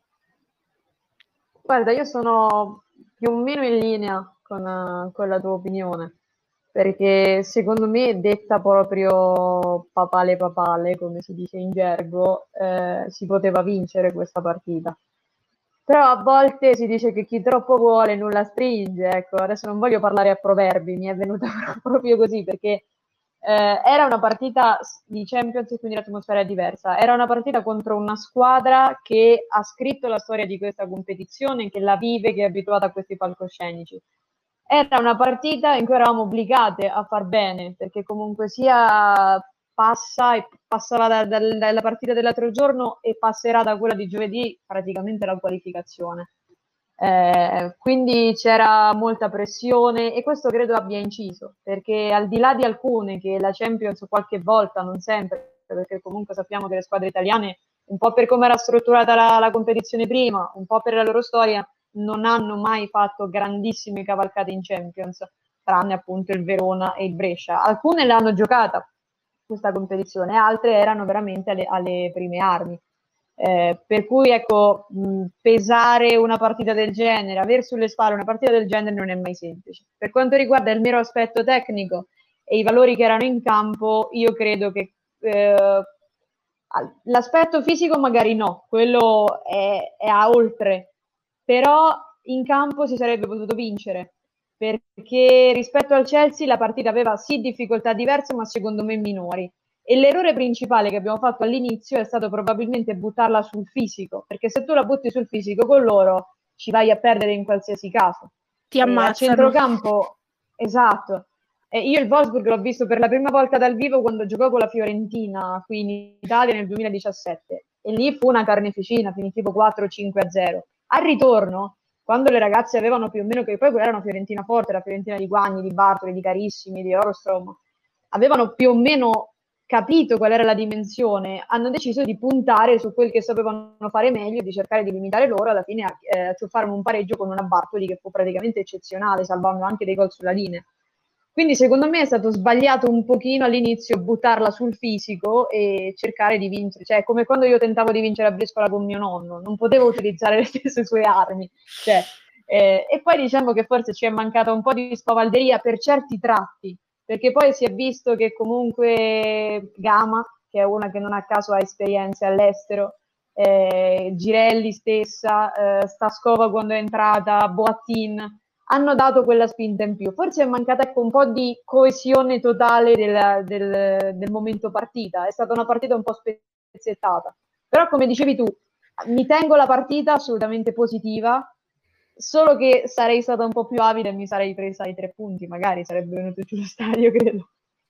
S3: Guarda, io sono più o meno in linea con, eh, con la tua opinione, perché secondo me, detta proprio papale papale, come si dice in gergo, eh, si poteva vincere questa partita. Però a volte si dice che chi troppo vuole nulla stringe, ecco, adesso non voglio parlare a proverbi, mi è venuta proprio così, perché eh, era una partita di Champions e quindi l'atmosfera è diversa. Era una partita contro una squadra che ha scritto la storia di questa competizione, che la vive, che è abituata a questi palcoscenici. Era una partita in cui eravamo obbligate a far bene, perché comunque sia passa e passava da, da, dalla partita dell'altro giorno e passerà da quella di giovedì praticamente la qualificazione. Eh, quindi c'era molta pressione e questo credo abbia inciso, perché al di là di alcune che la Champions qualche volta, non sempre, perché comunque sappiamo che le squadre italiane, un po' per come era strutturata la, la competizione prima, un po' per la loro storia, non hanno mai fatto grandissime cavalcate in Champions, tranne appunto il Verona e il Brescia. Alcune l'hanno giocata questa competizione, altre erano veramente alle, alle prime armi. Eh, per cui ecco, mh, pesare una partita del genere, avere sulle spalle una partita del genere non è mai semplice. Per quanto riguarda il mero aspetto tecnico e i valori che erano in campo, io credo che eh, l'aspetto fisico magari no, quello è, è a oltre, però in campo si sarebbe potuto vincere, perché rispetto al Chelsea la partita aveva sì difficoltà diverse, ma secondo me minori. E l'errore principale che abbiamo fatto all'inizio è stato probabilmente buttarla sul fisico, perché se tu la butti sul fisico con loro ci vai a perdere in qualsiasi caso.
S1: Ti
S3: E a
S1: ammazzano.
S3: centrocampo, esatto. E io il Wolfsburg l'ho visto per la prima volta dal vivo quando giocò con la Fiorentina qui in Italia nel duemiladiciassette e lì fu una carneficina, finì tipo quattro cinque a zero. Al ritorno, quando le ragazze avevano più o meno, che poi quella era una Fiorentina forte, la Fiorentina di Guagni, di Bartoli, di Carissimi, di Orostrom, avevano più o meno capito qual era la dimensione, hanno deciso di puntare su quel che sapevano fare meglio, di cercare di limitare loro, alla fine eh, acciuffarono un pareggio con una Bartoli che fu praticamente eccezionale, salvando anche dei gol sulla linea. Quindi secondo me è stato sbagliato un pochino all'inizio buttarla sul fisico e cercare di vincere, cioè come quando io tentavo di vincere a briscola con mio nonno, non potevo utilizzare le stesse sue armi, cioè, eh, e poi diciamo che forse ci è mancata un po' di spavalderia per certi tratti, perché poi si è visto che comunque Gama, che è una che non a caso ha esperienze all'estero, eh, Girelli stessa, eh, Staskova quando è entrata, Boattin, hanno dato quella spinta in più. Forse è mancata ecco, un po' di coesione totale del, del, del momento partita. È stata una partita un po' spezzettata. Però, come dicevi tu, mi tengo la partita assolutamente positiva, solo che sarei stata un po' più avida e mi sarei presa i tre punti. Magari sarebbe venuto giù lo stadio, credo.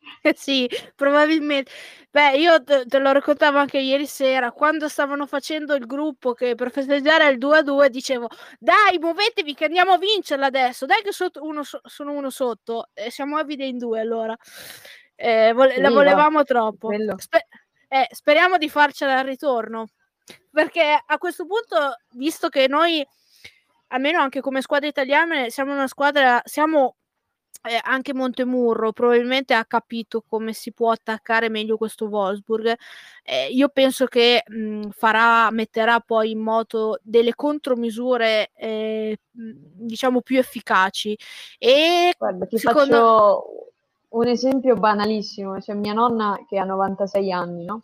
S1: Sì, probabilmente. Beh, io te, te lo raccontavo anche ieri sera, quando stavano facendo il gruppo che per festeggiare il due a due dicevo dai, muovetevi che andiamo a vincerla adesso, dai che sotto uno so, sono uno sotto, e siamo avide in due allora. Eh, vole-
S3: Sì,
S1: la volevamo
S3: va,
S1: troppo.
S3: quello.
S1: Spe- eh, speriamo di farcela al ritorno, perché a questo punto, visto che noi, almeno anche come squadra italiana, siamo una squadra, siamo... Eh, anche Montemurro probabilmente ha capito come si può attaccare meglio questo Wolfsburg. Eh, io penso che mh, farà, metterà poi in moto delle contromisure eh, diciamo più efficaci. E
S3: Guarda, ti
S1: secondo...
S3: faccio un esempio banalissimo. C'è mia nonna che ha novantasei anni, no?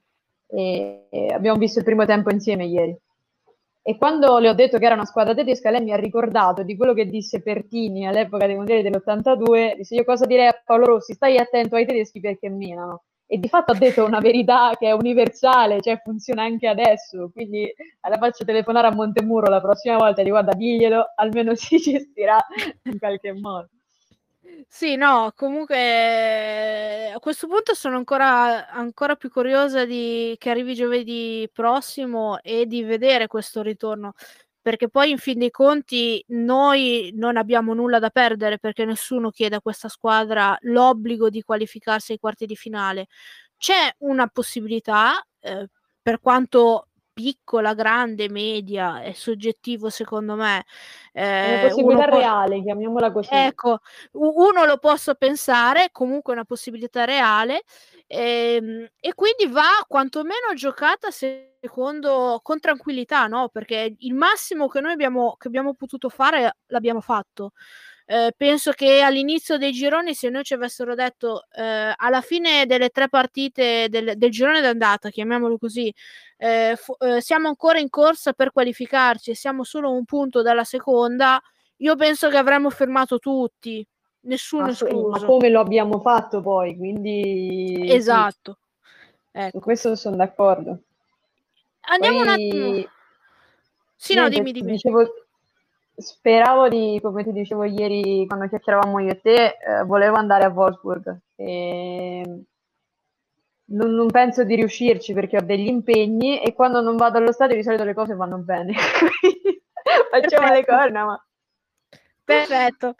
S3: E, e abbiamo visto il primo tempo insieme ieri. E quando le ho detto che era una squadra tedesca, lei mi ha ricordato di quello che disse Pertini all'epoca dei mondiali dell'ottantadue. Disse: io cosa direi a Paolo Rossi? Stai attento ai tedeschi perché menano. e di fatto ha detto una verità che è universale, cioè funziona anche adesso, quindi la faccio telefonare a Montemurro la prossima volta e dico guarda diglielo, almeno si gestirà in qualche modo.
S1: Sì, no, comunque a questo punto sono ancora, ancora più curiosa di che arrivi giovedì prossimo e di vedere questo ritorno, perché poi in fin dei conti noi non abbiamo nulla da perdere perché nessuno chiede a questa squadra l'obbligo di qualificarsi ai quarti di finale. C'è una possibilità, eh, per quanto piccola, grande, media, è soggettivo secondo me.
S3: È una
S1: Eh, uno
S3: possibilità
S1: può...
S3: reale, chiamiamola così.
S1: Ecco, uno lo posso pensare, comunque è una possibilità reale, ehm, e quindi va quantomeno giocata secondo con tranquillità, no? Perché il massimo che noi abbiamo, che abbiamo potuto fare l'abbiamo fatto. Eh, penso che all'inizio dei gironi, se noi ci avessero detto eh, alla fine delle tre partite del, del girone d'andata, chiamiamolo così, eh, fu- eh, siamo ancora in corsa per qualificarci e siamo solo un punto dalla seconda, io penso che avremmo fermato tutti, nessuno
S3: Ass- ma
S1: escluso.
S3: come lo abbiamo fatto poi? Quindi sì,
S1: Esatto.
S3: su
S1: Ecco.
S3: questo sono d'accordo.
S1: Andiamo un attimo.
S3: Poi,
S1: Sì, no, dimmi,
S3: niente, ti
S1: dimmi.
S3: dicevo, speravo di, come ti dicevo ieri quando chiacchieravamo io e te, eh, volevo andare a Wolfsburg. E non, non penso di riuscirci perché ho degli impegni e quando non vado allo stadio di solito le cose vanno bene. Quindi facciamo le
S1: Perfetto.
S3: corna, ma...
S1: Perfetto.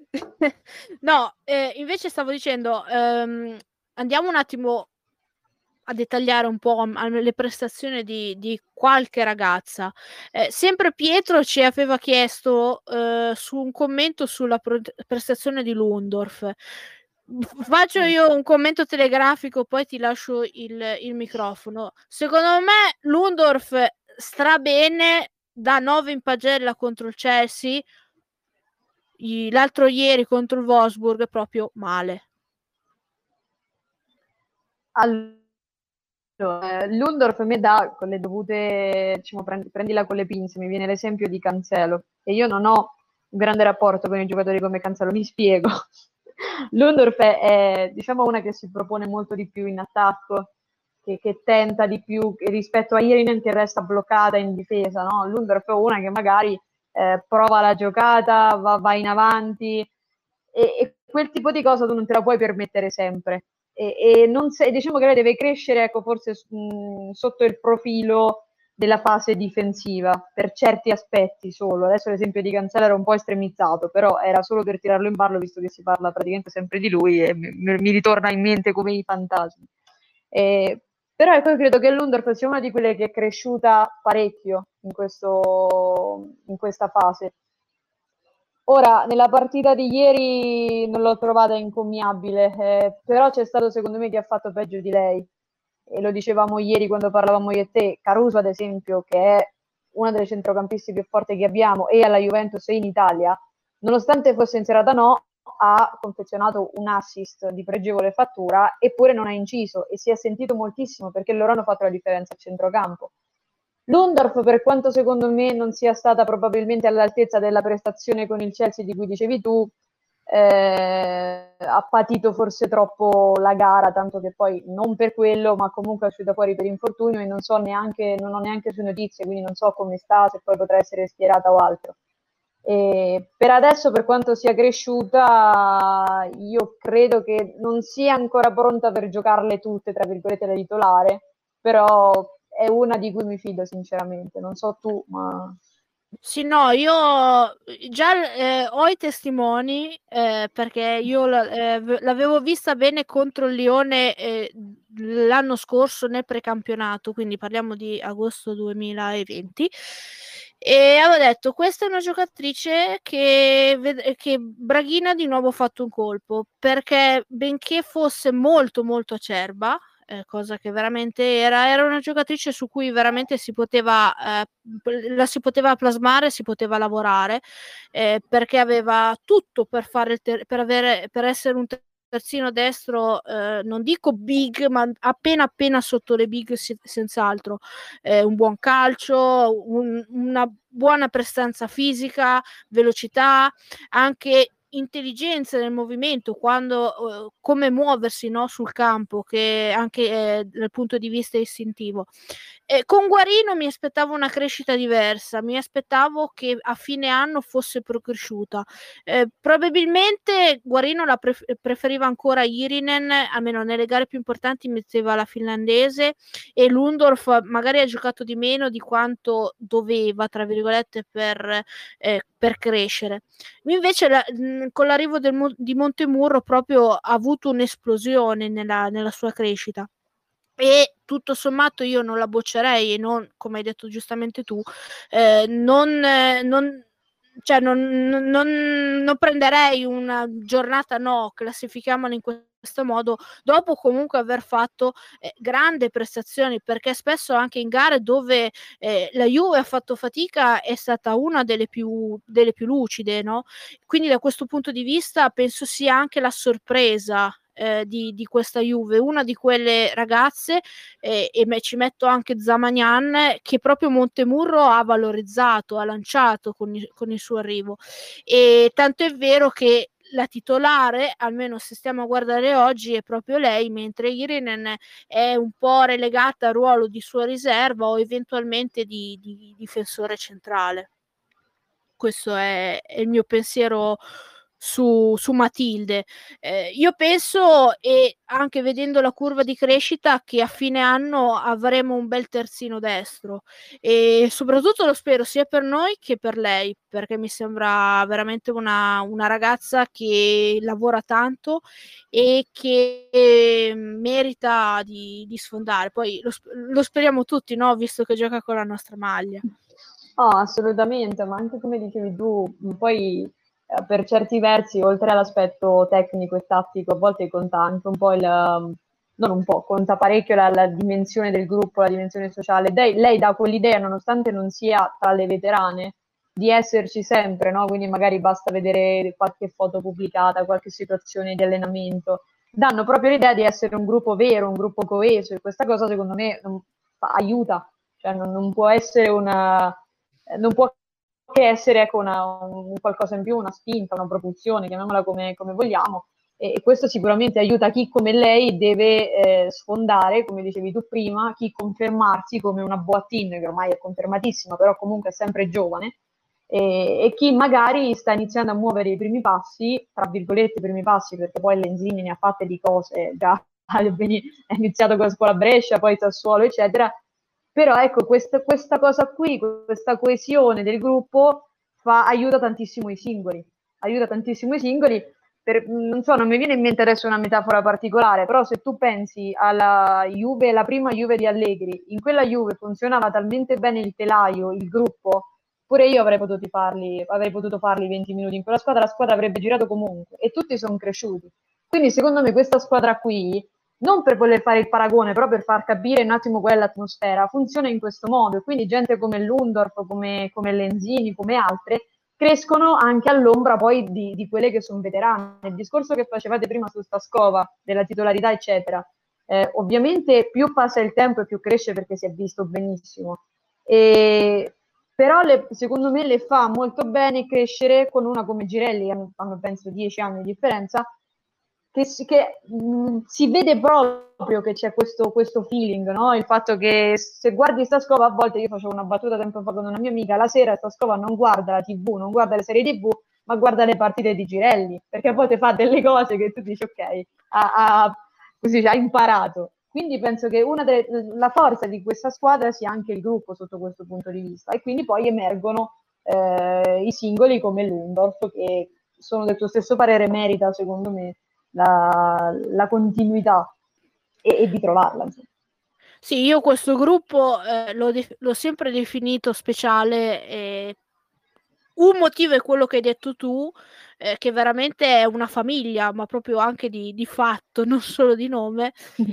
S1: No, eh, invece stavo dicendo, ehm, andiamo un attimo a dettagliare un po' am- le prestazioni di, di qualche ragazza. Eh, sempre Pietro ci aveva chiesto eh, su un commento sulla pro- prestazione di Lundorf. F- Faccio io un commento telegrafico, poi ti lascio il, il microfono. Secondo me Lundorf stra bene, da nove in pagella contro il Chelsea, I- l'altro ieri contro il Wolfsburg proprio male.
S3: Allora, eh, Lundorf a me dà con le dovute, diciamo, prendi- prendila con le pinze, mi viene l'esempio di Cancelo, e io non ho un grande rapporto con i giocatori come Cancelo, mi spiego. Lundorf è, è, diciamo, una che si propone molto di più in attacco, che, che tenta di più che rispetto a Irinen che resta bloccata in difesa, no? Lundorf è una che magari eh, prova la giocata, va, va in avanti, e, e quel tipo di cosa tu non te la puoi permettere sempre e, e non se, diciamo che lei deve crescere, ecco, forse mh, sotto il profilo della fase difensiva per certi aspetti solo. Adesso l'esempio di Cancelo era un po' estremizzato, però era solo per tirarlo in ballo visto che si parla praticamente sempre di lui e mi, mi ritorna in mente come i fantasmi. E, però ecco, io credo che Lundorf sia una di quelle che è cresciuta parecchio in, questo, in questa fase. Ora, nella partita di ieri non l'ho trovata incommiabile, eh, però c'è stato secondo me chi ha fatto peggio di lei. E lo dicevamo ieri quando parlavamo io e te, Caruso ad esempio, che è una delle centrocampisti più forti che abbiamo e alla Juventus e in Italia, nonostante fosse in serata no, ha confezionato un assist di pregevole fattura eppure non ha inciso e si è sentito moltissimo perché loro hanno fatto la differenza a centrocampo. Lundorf, per quanto secondo me non sia stata probabilmente all'altezza della prestazione con il Chelsea di cui dicevi tu, eh, ha patito forse troppo la gara, tanto che poi non per quello, ma comunque è uscita fuori per infortunio e non so neanche, non ho neanche sue notizie, quindi non so come sta, se poi potrà essere schierata o altro. E per adesso, per quanto sia cresciuta, io credo che non sia ancora pronta per giocarle tutte, tra virgolette, da titolare, però è una di cui mi fido sinceramente, non so tu, ma...
S1: Sì, no, io già eh, ho i testimoni eh, perché io la- eh, v- l'avevo vista bene contro il Lione eh, l'anno scorso nel precampionato, quindi parliamo di agosto duemilaventi. E avevo detto: questa è una giocatrice che, ved- che Braghina di nuovo ha fatto un colpo perché, benché fosse molto molto acerba, eh, cosa che veramente era, era una giocatrice su cui veramente si poteva, eh, la si poteva plasmare, si poteva lavorare, eh, perché aveva tutto per fare il ter- per avere, per essere un terzino destro, eh, non dico big, ma appena appena sotto le big, si- senz'altro. Eh, un buon calcio, un- una buona prestanza fisica, velocità, anche intelligenza nel movimento, quando uh, come muoversi, no, sul campo, che anche eh, dal punto di vista istintivo. Eh, con Guarino mi aspettavo una crescita diversa, mi aspettavo che a fine anno fosse procresciuta. Eh, probabilmente Guarino la pref- preferiva ancora Irinen, almeno nelle gare più importanti metteva la finlandese, e Lundorf magari ha giocato di meno di quanto doveva, tra virgolette, per, eh, per crescere. Invece la, mh, con l'arrivo del, di Montemurro proprio ha avuto un'esplosione nella, nella sua crescita, e tutto sommato io non la boccerei, e non, come hai detto giustamente tu, eh, non, eh, non, cioè non, non, non prenderei una giornata no, classifichiamola in questo modo, dopo comunque aver fatto eh, grandi prestazioni, perché spesso anche in gare dove eh, la Juve ha fatto fatica è stata una delle più, delle più lucide, no? Quindi da questo punto di vista penso sia anche la sorpresa eh, di, di questa Juve, una di quelle ragazze, eh, e me, ci metto anche Zamagnan, che proprio Montemurro ha valorizzato, ha lanciato con, con il suo arrivo, e tanto è vero che la titolare, almeno se stiamo a guardare oggi, è proprio lei, mentre Irinen è un po' relegata al ruolo di sua riserva o eventualmente di, di difensore centrale. Questo è, è il mio pensiero su, su Matilde. Eh, io penso, e anche vedendo la curva di crescita, che a fine anno avremo un bel terzino destro, e soprattutto lo spero sia per noi che per lei, perché mi sembra veramente una, una ragazza che lavora tanto e che eh, merita di, di sfondare. Poi lo, lo speriamo tutti, no? Visto che gioca con la nostra maglia.
S3: Oh, assolutamente, ma anche come dicevi tu, poi eh, per certi versi, oltre all'aspetto tecnico e tattico, a volte conta anche un po' il, non un po', conta parecchio la, la dimensione del gruppo, la dimensione sociale. Lei, lei dà quell'idea, nonostante non sia tra le veterane, di esserci sempre, no? Quindi magari basta vedere qualche foto pubblicata, qualche situazione di allenamento. Danno proprio l'idea di essere un gruppo vero, un gruppo coeso, e questa cosa secondo me non, aiuta, cioè non, non può essere una non può che essere ecco, una, un qualcosa in più, una spinta, una propulsione, chiamiamola come, come vogliamo, e, e questo sicuramente aiuta chi come lei deve eh, sfondare, come dicevi tu prima, chi confermarsi come una Boattin, che ormai è confermatissima, però comunque è sempre giovane, e, e chi magari sta iniziando a muovere i primi passi, tra virgolette i primi passi, perché poi Lenzini ne ha fatte di cose, già è iniziato con la scuola Brescia, poi Sassuolo, eccetera. Però ecco, questa, questa cosa qui, questa coesione del gruppo fa, aiuta tantissimo i singoli, aiuta tantissimo i singoli. Per, non so, non mi viene in mente adesso una metafora particolare, però se tu pensi alla Juve, la prima Juve di Allegri, in quella Juve funzionava talmente bene il telaio, il gruppo, pure io avrei potuto farli, avrei potuto farli venti minuti in quella squadra, la squadra avrebbe girato comunque e tutti sono cresciuti. Quindi secondo me questa squadra qui, non per voler fare il paragone, però per far capire un attimo qual è l'atmosfera, funziona in questo modo. Quindi gente come Lundorf, come, come Lenzini, come altre, crescono anche all'ombra poi di, di quelle che sono veterane. Il discorso che facevate prima su Staskova, della titolarità, eccetera, eh, ovviamente più passa il tempo e più cresce perché si è visto benissimo. E, però le, secondo me le fa molto bene crescere con una come Girelli, hanno, hanno penso dieci anni di differenza, che, si, che mh, si vede proprio che c'è questo, questo feeling, no? Il fatto che se guardi Staskova, a volte io facevo una battuta tempo fa con una mia amica, la sera Staskova non guarda la tivù, non guarda le serie tivù, ma guarda le partite di Girelli, perché a volte fa delle cose che tu dici ok, ha, ha, così, ha imparato. Quindi penso che una delle, la forza di questa squadra sia anche il gruppo sotto questo punto di vista, e quindi poi emergono eh, i singoli come Lundorf, che sono del tuo stesso parere, merita secondo me la, la continuità e, e di trovarla. Insomma.
S1: Sì, io questo gruppo eh, l'ho, de- l'ho sempre definito speciale, e un motivo è quello che hai detto tu, eh, che veramente è una famiglia, ma proprio anche di, di fatto, non solo di nome,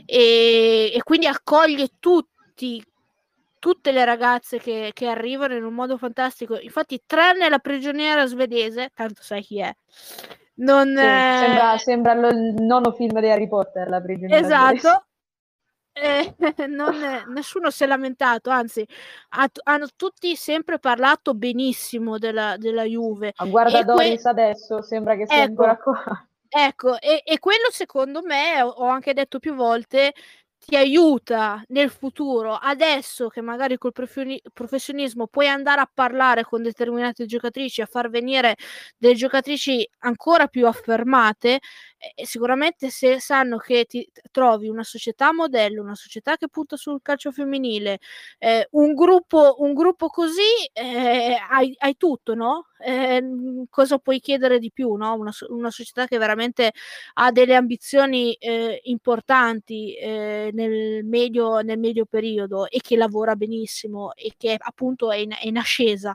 S1: e, e quindi accoglie tutti, tutte le ragazze che, che arrivano in un modo fantastico. Infatti, tranne la prigioniera svedese, tanto sai chi è. Non,
S3: sì,
S1: eh...
S3: sembra, sembra il nono film di Harry Potter, la prigioniera
S1: esatto.
S3: svedese.
S1: eh, non, nessuno si è lamentato, anzi ha, hanno tutti sempre parlato benissimo della, della Juve.
S3: Ma guarda
S1: E que-
S3: Doris adesso, sembra che sia
S1: ecco,
S3: ancora qua.
S1: ecco, e, e quello secondo me, ho, ho anche detto più volte, ti aiuta nel futuro. Adesso che magari col profioni- professionismo puoi andare a parlare con determinate giocatrici, a far venire delle giocatrici ancora più affermate, e sicuramente se sanno che ti trovi una società modello, una società che punta sul calcio femminile, eh, un gruppo, un gruppo così, eh, hai, hai tutto, no? Eh, cosa puoi chiedere di più, no? Una, una società che veramente ha delle ambizioni eh, importanti eh, nel medio, nel medio periodo e che lavora benissimo e che appunto è in, è in ascesa.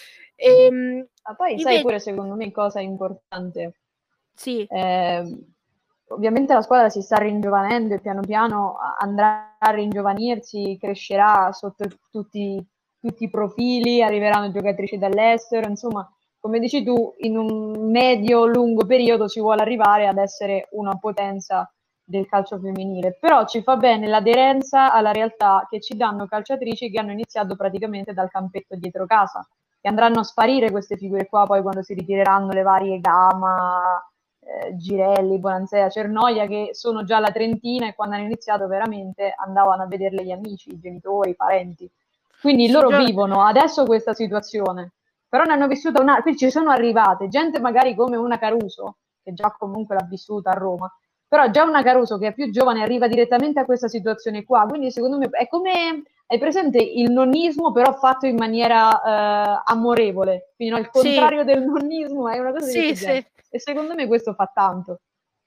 S1: Ehm,
S3: Ma poi sai
S1: invece,
S3: pure secondo me cosa importante?
S1: sì,
S3: Eh, ovviamente la squadra si sta ringiovanendo e piano piano andrà a ringiovanirsi, crescerà sotto tutti, tutti i profili, arriveranno giocatrici dall'estero, insomma, come dici tu, in un medio-lungo periodo si vuole arrivare ad essere una potenza del calcio femminile, però ci fa bene l'aderenza alla realtà che ci danno calciatrici che hanno iniziato praticamente dal campetto dietro casa, che andranno a sparire queste figure qua poi quando si ritireranno le varie Gama, eh, Girelli, Bonanzea, Cernoia, che sono già alla trentina e quando hanno iniziato veramente andavano a vederle gli amici, i genitori, i parenti. Quindi
S1: sì,
S3: loro
S1: gio-
S3: vivono adesso questa situazione, però ne hanno vissuta una, qui ci sono arrivate gente magari come una Caruso, che già comunque l'ha vissuta a Roma, però già una Caruso che è più giovane arriva direttamente a questa situazione qua, quindi secondo me è come, hai presente il nonnismo però fatto in maniera eh, amorevole, quindi no, il
S1: sì,
S3: contrario del nonnismo è una cosa di
S1: sì,
S3: questo genere.
S1: sì.
S3: E secondo me questo fa tanto.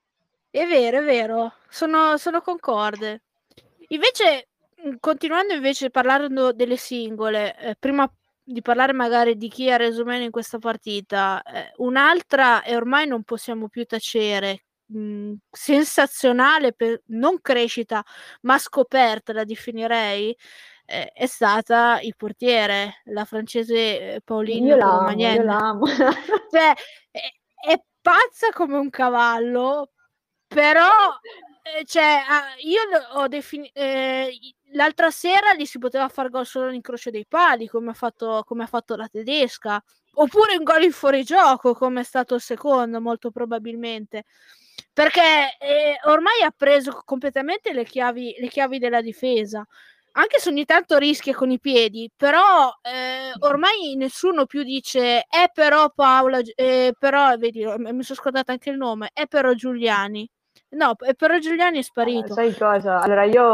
S1: È vero, è vero, sono, sono concorde. Invece, mh, continuando invece parlando delle singole, eh, prima di parlare magari di chi ha reso meno in questa partita, eh, un'altra, e ormai non possiamo più tacere, mh, sensazionale, per, non crescita, ma scoperta, la definirei, eh, è stata il portiere, la francese eh,
S3: Io
S1: Pauline
S3: l'amo, io
S1: Coromagnen.
S3: l'amo.
S1: Cioè, è, è pazza come un cavallo, però eh, cioè, ah, io l- ho definito l'altra sera gli si poteva far gol solo all'incrocio dei pali, come ha fatto, come ha fatto la tedesca, oppure un gol in fuorigioco, come è stato il secondo, molto probabilmente. Perché eh, ormai ha preso completamente le chiavi, le chiavi della difesa. Anche se ogni tanto rischia con i piedi, però eh, ormai nessuno più dice è però Paola, eh, però vedi, mi sono scordata anche il nome, è però Giuliani. No, è però Giuliani è
S3: Allora,
S1: sparito.
S3: sai cosa? Allora, io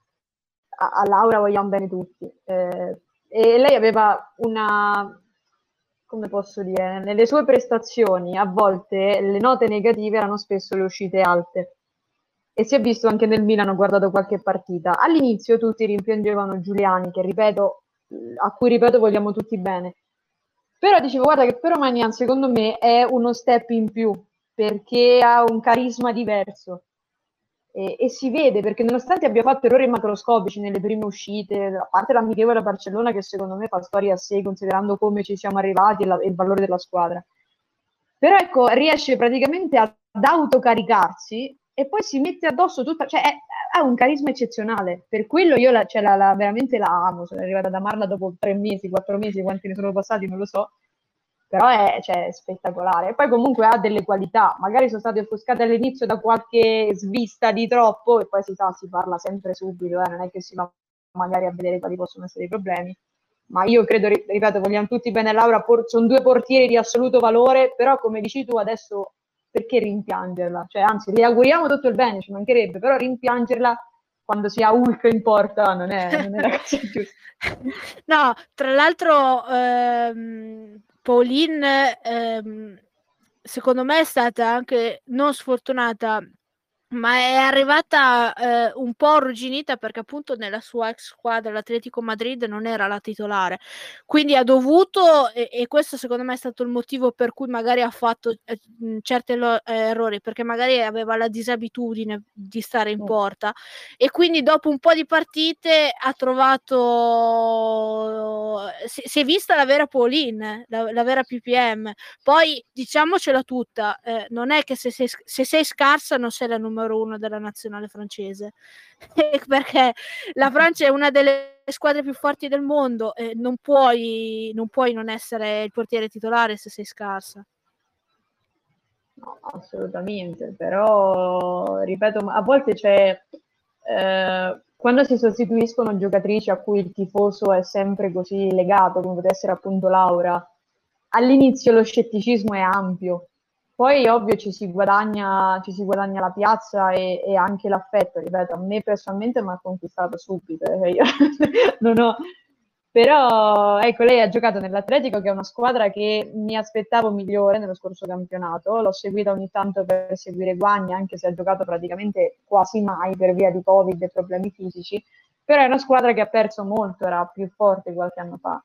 S3: a, a Laura vogliamo bene tutti. Eh, e lei aveva una, come posso dire, nelle sue prestazioni a volte le note negative erano spesso le uscite alte. E si è visto anche nel Milan, ho guardato qualche partita. All'inizio tutti rimpiangevano Giuliani, che ripeto, a cui ripeto vogliamo tutti bene. Però dicevo, guarda che però Magnan secondo me è uno step in più, perché ha un carisma diverso. E, e si vede perché nonostante abbia fatto errori macroscopici nelle prime uscite, a parte l'amichevole a Barcellona che secondo me fa storia a sé considerando come ci siamo arrivati e, la, e il valore della squadra, però ecco riesce praticamente ad autocaricarsi e poi si mette addosso tutta, cioè è, ha un carisma eccezionale, per quello io la, cioè, la, la, veramente la amo, sono arrivata ad amarla dopo tre mesi, quattro mesi, quanti ne sono passati non lo so, però è, cioè, spettacolare. E poi comunque ha delle qualità, magari sono state offuscate all'inizio da qualche svista di troppo e poi si sa, si parla sempre subito, eh, non è che si va magari a vedere quali possono essere i problemi. Ma io credo, ripeto, vogliamo tutti bene a Laura, por- sono due portieri di assoluto valore, però come dici tu adesso perché rimpiangerla? Cioè, anzi, le auguriamo tutto il bene, ci mancherebbe, però rimpiangerla quando si ha Hulk in porta non è, non è la cosa giusta.
S1: No, tra l'altro ehm, Pauline ehm, secondo me è stata anche non sfortunata, ma è arrivata eh, un po' arrugginita perché appunto nella sua ex squadra l'Atletico Madrid non era la titolare, quindi ha dovuto e, e questo secondo me è stato il motivo per cui magari ha fatto eh, certi lo- eh, errori, perché magari aveva la disabitudine di stare in porta e quindi dopo un po' di partite ha trovato si, si è vista la vera Pauline, la, la vera P P M. Poi diciamocela tutta, eh, non è che se sei, se sei scarsa non sei la numero numero uno della nazionale francese, perché la Francia è una delle squadre più forti del mondo e non puoi, non puoi non essere il portiere titolare se sei scarsa.
S3: No, assolutamente, però ripeto, a volte c'è eh, quando si sostituiscono giocatrici a cui il tifoso è sempre così legato, come potesse essere appunto Laura, all'inizio lo scetticismo è ampio, poi ovvio ci si guadagna, ci si guadagna la piazza e, e anche l'affetto, ripeto, a me personalmente mi ha conquistato subito, eh, io non ho... Però ecco, lei ha giocato nell'Atletico, che è una squadra che mi aspettavo migliore nello scorso campionato. L'ho seguita ogni tanto per seguire Guagni, anche se ha giocato praticamente quasi mai per via di Covid e problemi fisici. Però è una squadra che ha perso molto, era più forte qualche anno fa.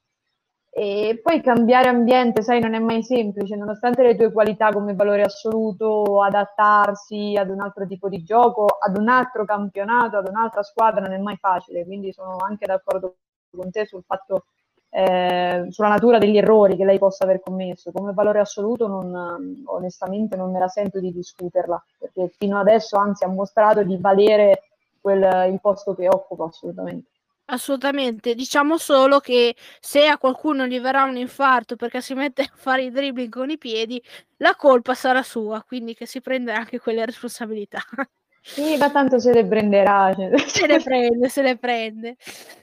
S3: E poi cambiare ambiente, sai, non è mai semplice, nonostante le tue qualità come valore assoluto, adattarsi ad un altro tipo di gioco, ad un altro campionato, ad un'altra squadra non è mai facile. Quindi sono anche d'accordo con te sul fatto, eh, sulla natura degli errori che lei possa aver commesso. Come valore assoluto non, onestamente non me la sento di discuterla, perché fino adesso anzi ha mostrato di valere quel, il posto che occupa assolutamente.
S1: Assolutamente, diciamo solo che se a qualcuno gli verrà un infarto perché si mette a fare i dribbling con i piedi, la colpa sarà sua, quindi che si prende anche quelle responsabilità.
S3: Sì, ma tanto se le prenderà. Cioè.
S1: Se le prende, se le prende.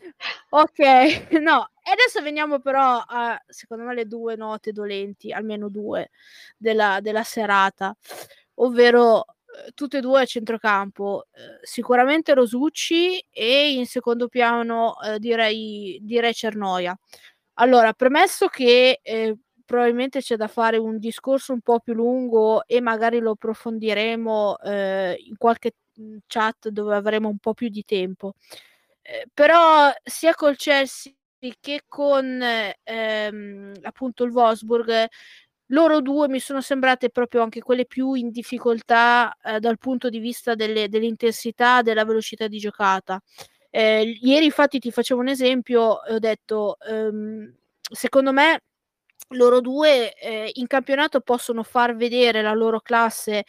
S1: Ok, no, e adesso veniamo però a, secondo me, le due note dolenti, almeno due, della, della serata, ovvero eh, tutte e due a centrocampo, eh, sicuramente Rosucci e in secondo piano eh, direi, direi Cernoia. Allora, premesso che eh, probabilmente c'è da fare un discorso un po' più lungo e magari lo approfondiremo eh, in qualche chat dove avremo un po' più di tempo. Eh, però sia col Chelsea che con ehm, appunto il Wolfsburg, loro due mi sono sembrate proprio anche quelle più in difficoltà eh, dal punto di vista delle, dell'intensità, della velocità di giocata. Eh, ieri infatti ti facevo un esempio e ho detto ehm, secondo me loro due eh, in campionato possono far vedere la loro classe,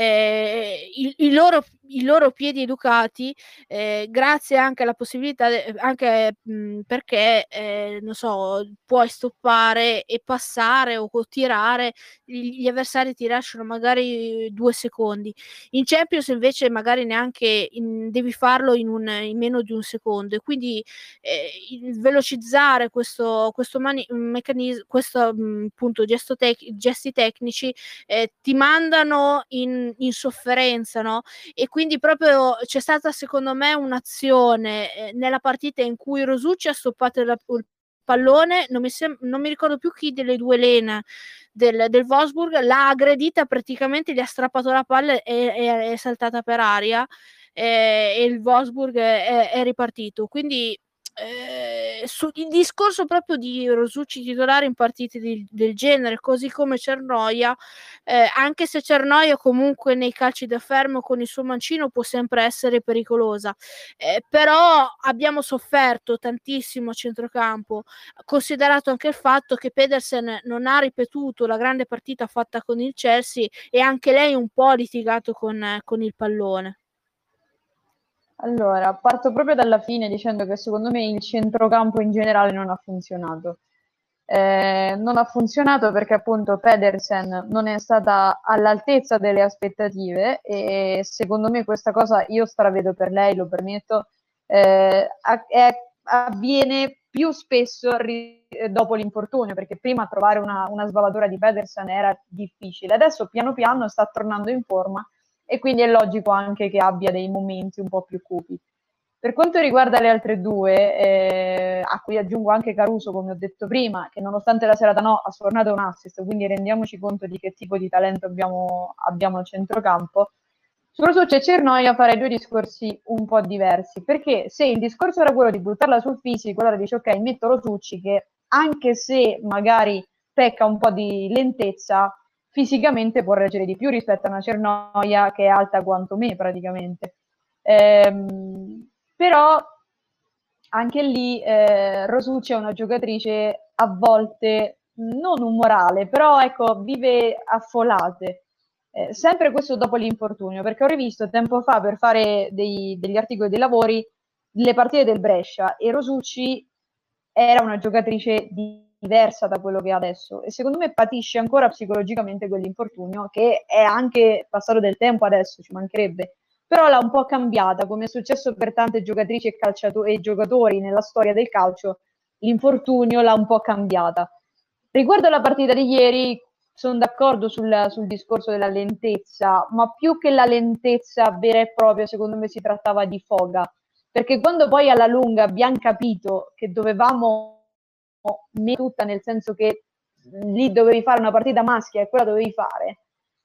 S1: eh, i, i, loro, i loro piedi educati, eh, grazie anche alla possibilità, de- anche mh, perché, eh, non so, puoi stoppare e passare o, o tirare, gli, gli avversari ti lasciano magari due secondi. In Champions invece magari neanche in, devi farlo in, un, in meno di un secondo e quindi eh, il velocizzare questo, questo mani- meccanismo, questo mh, appunto gesto tec- gesti tecnici eh, ti mandano in, in sofferenza, no? E quindi proprio c'è stata secondo me un'azione eh, nella partita in cui Rosucci ha stoppato la, il pallone, non mi, sem- non mi ricordo più chi delle due Lena del, del Wolfsburg l'ha aggredita, praticamente gli ha strappato la palla e è, è saltata per aria eh, e il Wolfsburg è, è ripartito. Quindi eh, su, il discorso proprio di Rosucci titolare in partite di, del genere, così come Cernoia, eh, anche se Cernoia comunque nei calci da fermo con il suo mancino può sempre essere pericolosa, eh, però abbiamo sofferto tantissimo a centrocampo, considerato anche il fatto che Pedersen non ha ripetuto la grande partita fatta con il Chelsea e anche lei un po' ha litigato con, eh, con il pallone.
S3: Allora, parto proprio dalla fine dicendo che secondo me il centrocampo in generale non ha funzionato. Eh, non ha funzionato perché appunto Pedersen non è stata all'altezza delle aspettative e secondo me questa cosa io stravedo per lei, lo permetto, eh, è, avviene più spesso ri- dopo l'infortunio, perché prima trovare una, una sbavatura di Pedersen era difficile, adesso piano piano sta tornando in forma e quindi è logico anche che abbia dei momenti un po' più cupi. Per quanto riguarda le altre due, eh, a cui aggiungo anche Caruso, come ho detto prima, che nonostante la serata no, ha sfornato un assist, quindi rendiamoci conto di che tipo di talento abbiamo, abbiamo al centrocampo. Su Rosucci e Cernoia farei due discorsi un po' diversi, perché se il discorso era quello di buttarla sul fisico, allora dici ok, metto Rosucci che anche se magari pecca un po' di lentezza, fisicamente può reggere di più rispetto a una Cernoia che è alta quanto me praticamente. Ehm, però anche lì eh, Rosucci è una giocatrice a volte non umorale, però ecco, vive a folate. Eh, sempre questo dopo l'infortunio, perché ho rivisto tempo fa per fare dei, degli articoli, dei lavori, le partite del Brescia, e Rosucci era una giocatrice diversa da quello che è adesso, e secondo me patisce ancora psicologicamente quell'infortunio, che è anche passato del tempo adesso, ci mancherebbe, però l'ha un po' cambiata, come è successo per tante giocatrici e, calciato- e giocatori nella storia del calcio. L'infortunio l'ha un po' cambiata. Riguardo alla partita di ieri, sono d'accordo sul, sul discorso della lentezza, ma più che la lentezza vera e propria, secondo me si trattava di foga, perché quando poi alla lunga abbiamo capito che dovevamo mettere tutta, nel senso che lì dovevi fare una partita maschia e quella dovevi fare,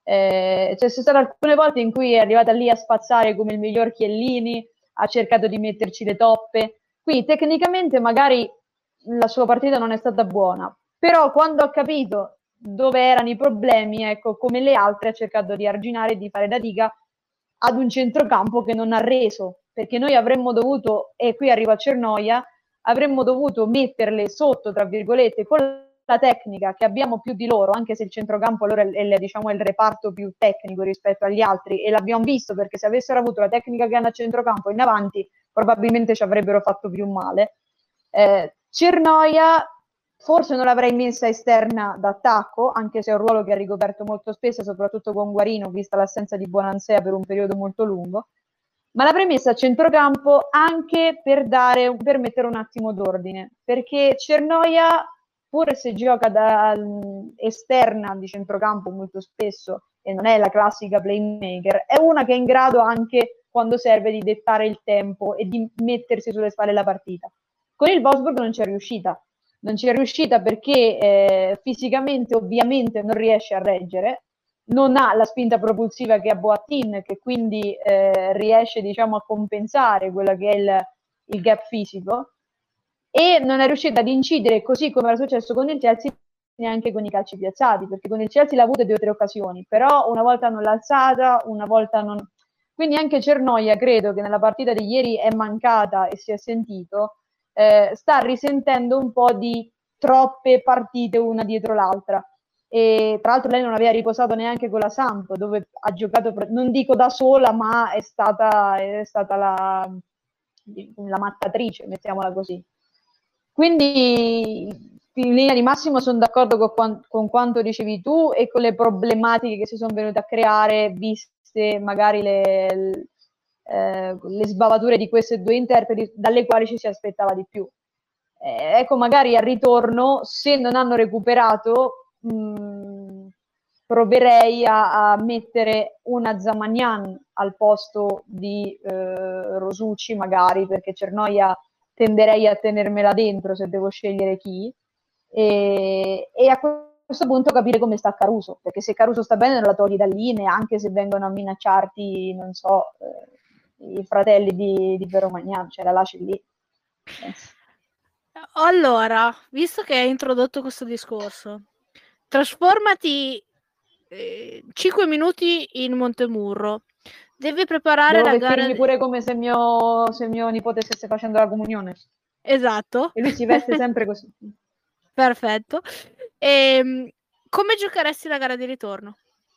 S3: eh, c'è state alcune volte in cui è arrivata lì a spazzare come il miglior Chiellini, ha cercato di metterci le toppe, quindi tecnicamente magari la sua partita non è stata buona, però quando ho capito dove erano i problemi, ecco, come le altre ha cercato di arginare e di fare da diga ad un centrocampo che non ha reso, perché noi avremmo dovuto, e qui arriva Cernoia, avremmo dovuto metterle sotto, tra virgolette, con la tecnica che abbiamo più di loro, anche se il centrocampo allora è, è, diciamo, è il reparto più tecnico rispetto agli altri, e l'abbiamo visto, perché se avessero avuto la tecnica che hanno a centrocampo in avanti, probabilmente ci avrebbero fatto più male. Eh, Cernoia forse non l'avrei messa esterna d'attacco, anche se è un ruolo che ha ricoperto molto spesso, soprattutto con Guarino, vista l'assenza di Bonansea per un periodo molto lungo, ma l'avrei messa a centrocampo anche per, dare, per mettere un attimo d'ordine, perché Cernoia, pur se gioca da um, esterna di centrocampo molto spesso e non è la classica playmaker, è una che è in grado anche, quando serve, di dettare il tempo e di mettersi sulle spalle la partita. Con il Wolfsburg non c'è riuscita, non ci è riuscita perché eh, fisicamente ovviamente non riesce a reggere, non ha la spinta propulsiva che ha Boattin, che quindi eh, riesce, diciamo, a compensare quello che è il, il gap fisico, e non è riuscita ad incidere, così come era successo con il Chelsea, neanche con i calci piazzati, perché con il Chelsea l'ha avuta due o tre occasioni, però una volta non l'ha alzata, una volta non... Quindi anche Cernoia, credo che nella partita di ieri è mancata e si è sentito, eh, sta risentendo un po' di troppe partite una dietro l'altra. E tra l'altro lei non aveva riposato neanche con la Samp, dove ha giocato, non dico da sola, ma è stata, è stata la, la mattatrice, mettiamola così. Quindi in linea di massimo sono d'accordo con, con quanto dicevi tu e con le problematiche che si sono venute a creare, viste magari le, eh, le sbavature di questi due interpreti, dalle quali ci si aspettava di più. Eh, ecco, magari al ritorno, se non hanno recuperato, mh, proverei a, a mettere una Zamagnan al posto di eh, Rosucci, magari, perché Cernoia tenderei a tenermela dentro se devo scegliere chi, e, e a questo punto capire come sta Caruso, perché se Caruso sta bene non la togli da lì, neanche se vengono a minacciarti, non so, eh, i fratelli di, di Vero Magnan, cioè la lasci lì. Eh.
S1: Allora, visto che hai introdotto questo discorso, trasformati eh, cinque minuti in Montemurro. Devi preparare
S3: Devo
S1: la
S3: vestirmi
S1: gara...
S3: pure come se mio, se mio nipote stesse facendo la comunione.
S1: Esatto.
S3: E lui si veste sempre così.
S1: Perfetto. E come giocheresti la gara di ritorno?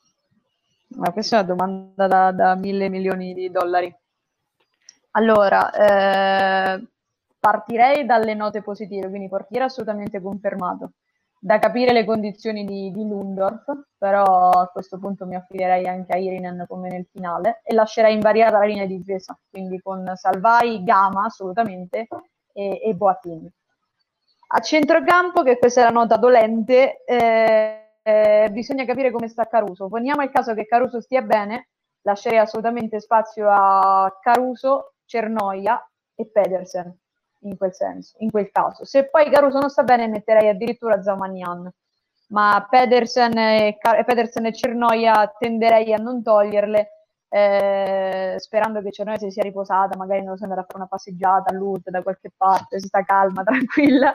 S3: Ma questa è una domanda da, da mille milioni di dollari. Allora, eh, partirei dalle note positive, quindi portiere assolutamente confermato. Da capire le condizioni di, di Lundorf, però a questo punto mi affiderei anche a Irinen come nel finale e lascerei invariata la linea di difesa, quindi con Salvai, Gama assolutamente e, e Boateng. A centrocampo, che questa è la nota dolente, eh, eh, bisogna capire come sta Caruso. Poniamo il caso che Caruso stia bene, lascerei assolutamente spazio a Caruso, Cernoia e Pedersen in quel senso, in quel caso. Se poi Caruso non sta bene, metterei addirittura Zamagnan, ma Pedersen e, Pedersen e Cernoia tenderei a non toglierle, eh, sperando che Cernoia si sia riposata, magari non so, andare a fare una passeggiata a Lourdes da qualche parte, si sta calma, tranquilla,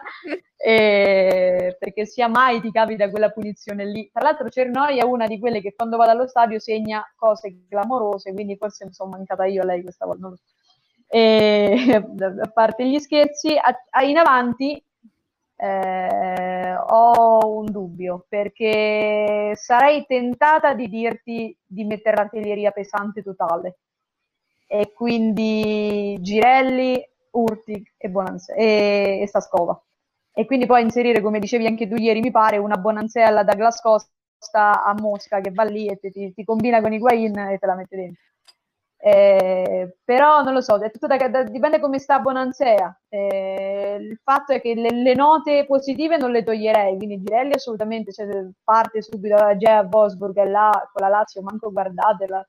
S3: e perché sia mai ti capita quella punizione lì. Tra l'altro Cernoia è una di quelle che quando va allo stadio segna cose clamorose, quindi forse mi sono mancata io a lei questa volta, non lo so. E, a parte gli scherzi, a, a in avanti eh, ho un dubbio, perché sarei tentata di dirti di mettere l'artiglieria pesante totale, e quindi Girelli, Hurtig e, Bonanze- e, e Staskova. E quindi poi inserire, come dicevi anche tu ieri, mi pare, una Bonanzella da Douglas Costa a Mosca che va lì e ti, ti combina con Higuain e te la mette dentro. Eh, però non lo so, è tutto da, da, dipende come sta Bonanzea. Eh, il fatto è che le, le note positive non le toglierei, quindi Girelli assolutamente, cioè, parte subito da Gea Wolfsburg, è là con la Lazio, manco guardatela.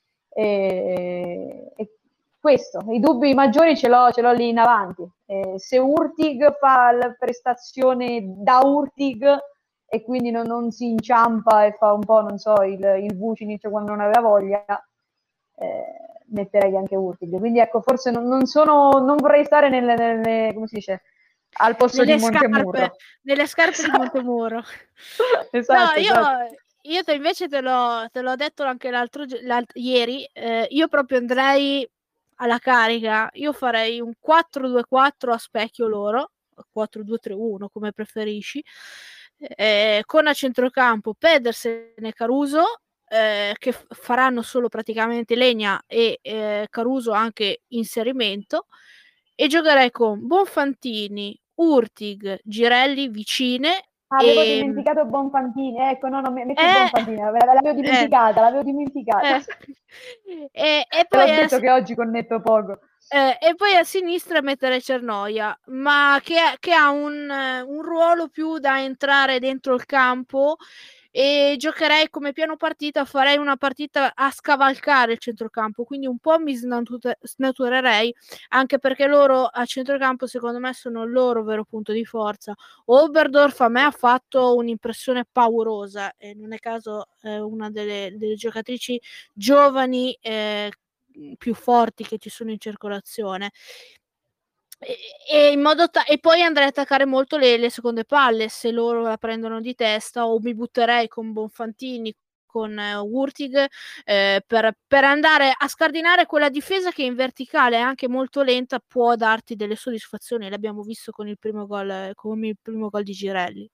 S3: E, e questo, i dubbi maggiori ce l'ho, ce l'ho lì in avanti. Eh, se Hurtig fa la prestazione da Hurtig e quindi non, non si inciampa e fa un po', non so, il, il Vucinic quando non aveva voglia, eh, metterei anche Hurtig. Quindi ecco, forse non, non sono, non vorrei stare nelle, nelle, come si dice, al posto
S1: nelle
S3: di Montemurro.
S1: Scarpe, nelle scarpe
S3: esatto.
S1: di Montemurro.
S3: esatto,
S1: No, io,
S3: esatto.
S1: io te invece te l'ho, te l'ho detto anche l'altro, l'altro ieri, eh, io proprio andrei alla carica, io farei un quattro due quattro a specchio loro, quattro due tre uno come preferisci, eh, con a centrocampo Pedersen e Caruso, eh, che f- faranno solo praticamente Legna e eh, Caruso anche inserimento, e giocherei con Bonfantini, Hurtig, Girelli vicine.
S3: Avevo
S1: E
S3: dimenticato Bonfantini, ecco, no, no, metti
S1: eh,
S3: Bonfantini, l'avevo
S1: eh,
S3: dimenticata, l'avevo dimenticata.
S1: eh. E, e
S3: Te l'ho
S1: poi
S3: detto
S1: a,
S3: che oggi connetto poco.
S1: eh, e poi a sinistra mettere Cernoia, ma che, che ha un, un ruolo più da entrare dentro il campo, e giocherei come piano partita, farei una partita a scavalcare il centrocampo, quindi un po' mi snatura- snaturerei, anche perché loro a centrocampo secondo me sono il loro vero punto di forza. Oberdorf a me ha fatto un'impressione paurosa, e non è caso eh, una delle, delle giocatrici giovani eh, più forti che ci sono in circolazione. E, e, in modo ta- e poi andrei a attaccare molto le, le seconde palle se loro la prendono di testa, o mi butterei con Bonfantini, con eh, Hurtig, eh, per, per andare a scardinare quella difesa che in verticale è anche molto lenta, può darti delle soddisfazioni. L'abbiamo visto con il primo gol, con il primo gol di Girelli.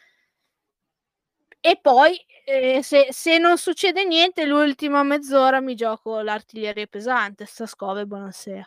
S1: E poi eh, se, se non succede niente, l'ultima mezz'ora mi gioco l'artiglieria pesante, Staskova e Bonasera.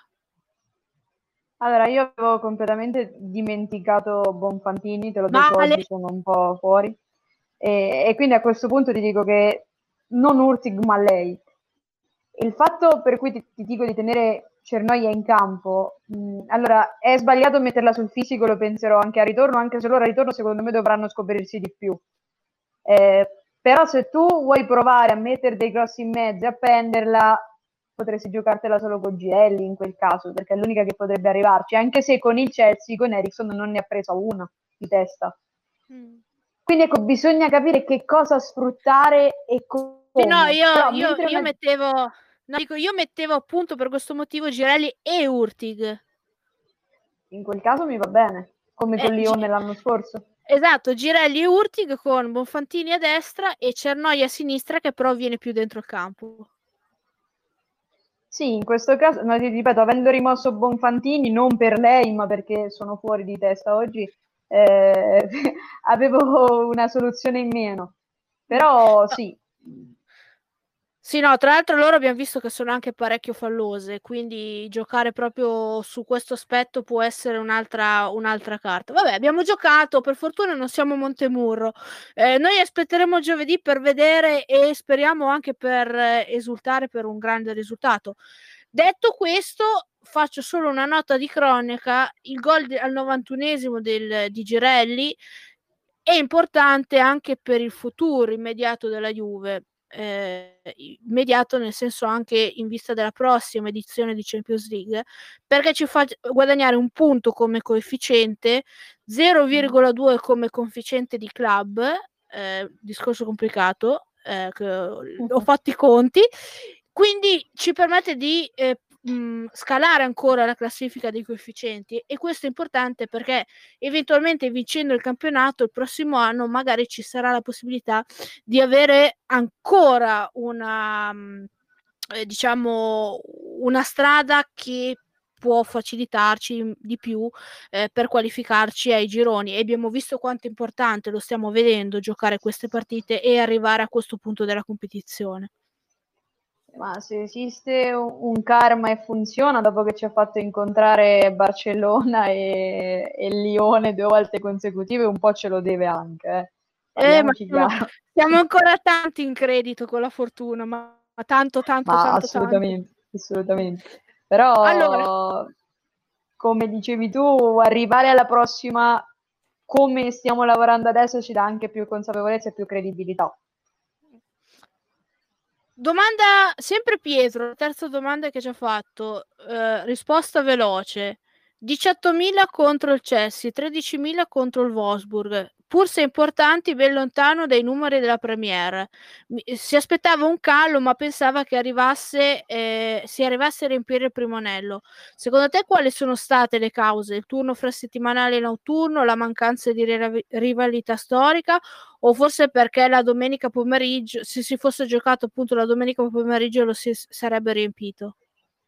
S3: Allora, io avevo completamente dimenticato Bonfantini, te l'ho detto,
S1: Vale.
S3: oggi sono un po' fuori. E, e quindi a questo punto ti dico che non Hurtig, ma lei. Il fatto per cui ti, ti dico di tenere Cernoia in campo, mh, allora è sbagliato metterla sul fisico, lo penserò anche a ritorno, anche se loro a ritorno secondo me dovranno scoprirsi di più. Eh, però se tu vuoi provare a mettere dei cross in mezzo e a prenderla, potresti giocartela solo con Girelli in quel caso, perché è l'unica che potrebbe arrivarci, anche se con il Chelsea, con Ericsson non ne ha presa una di testa. Mm. Quindi ecco, bisogna capire che cosa sfruttare e come.
S1: Sì, no, io,
S3: Però,
S1: io,
S3: mentre
S1: io
S3: una...
S1: mettevo, no, dico, io mettevo appunto per questo motivo Girelli e Hurtig.
S3: In quel caso mi va bene, come con
S1: Eh,
S3: Lione
S1: Gi-
S3: l'anno scorso.
S1: Esatto, Girelli e Hurtig con Bonfantini a destra e Cernoia a sinistra, che però viene più dentro il campo.
S3: Sì, in questo caso, no, ti ripeto, avendo rimosso Bonfantini, non per lei, ma perché sono fuori di testa oggi, eh, avevo una soluzione in meno. Però sì.
S1: Sì, no, tra l'altro loro abbiamo visto che sono anche parecchio fallose, quindi giocare proprio su questo aspetto può essere un'altra, un'altra carta. Vabbè, abbiamo giocato, per fortuna non siamo Montemurro. Eh, noi aspetteremo giovedì per vedere e speriamo anche per eh, esultare per un grande risultato. Detto questo, faccio solo una nota di cronaca: il gol de- al novantunesimo del, di Girelli è importante anche per il futuro immediato della Juve. Eh, immediato nel senso anche in vista della prossima edizione di Champions League, perché ci fa guadagnare un punto come coefficiente, zero virgola due come coefficiente di club, eh, discorso complicato, eh, che ho fatto i conti, quindi ci permette di eh, mh, scalare ancora la classifica dei coefficienti, e questo è importante perché eventualmente vincendo il campionato il prossimo anno magari ci sarà la possibilità di avere ancora una, eh, diciamo, una strada che può facilitarci di più eh, per qualificarci ai gironi, e abbiamo visto quanto è importante, lo stiamo vedendo, giocare queste partite e arrivare a questo punto della competizione.
S3: Ma se esiste un karma e funziona, dopo che ci ha fatto incontrare Barcellona e, e Lione due volte consecutive, un po' ce lo deve anche. Eh. Parliamoci
S1: eh, ma
S3: chiaro.
S1: Siamo ancora tanti in credito con la fortuna, ma tanto, tanto,
S3: ma
S1: tanto,
S3: assolutamente,
S1: tanto.
S3: assolutamente. Però,
S1: allora,
S3: come dicevi tu, arrivare alla prossima, come stiamo lavorando adesso, ci dà anche più consapevolezza e più credibilità.
S1: Domanda sempre Pietro, terza domanda che ci ha fatto, eh, risposta veloce. diciottomila contro il Chelsea, tredicimila contro il Wolfsburg, pur se importanti, ben lontano dai numeri della Premier. Si aspettava un calo, ma pensava che arrivasse, eh, si arrivasse a riempire il primo anello. Secondo te quali sono state le cause? Il turno frasettimanale in autunno, la mancanza di rivalità storica, o forse perché la domenica pomeriggio, se si fosse giocato appunto la domenica pomeriggio, lo si sarebbe riempito?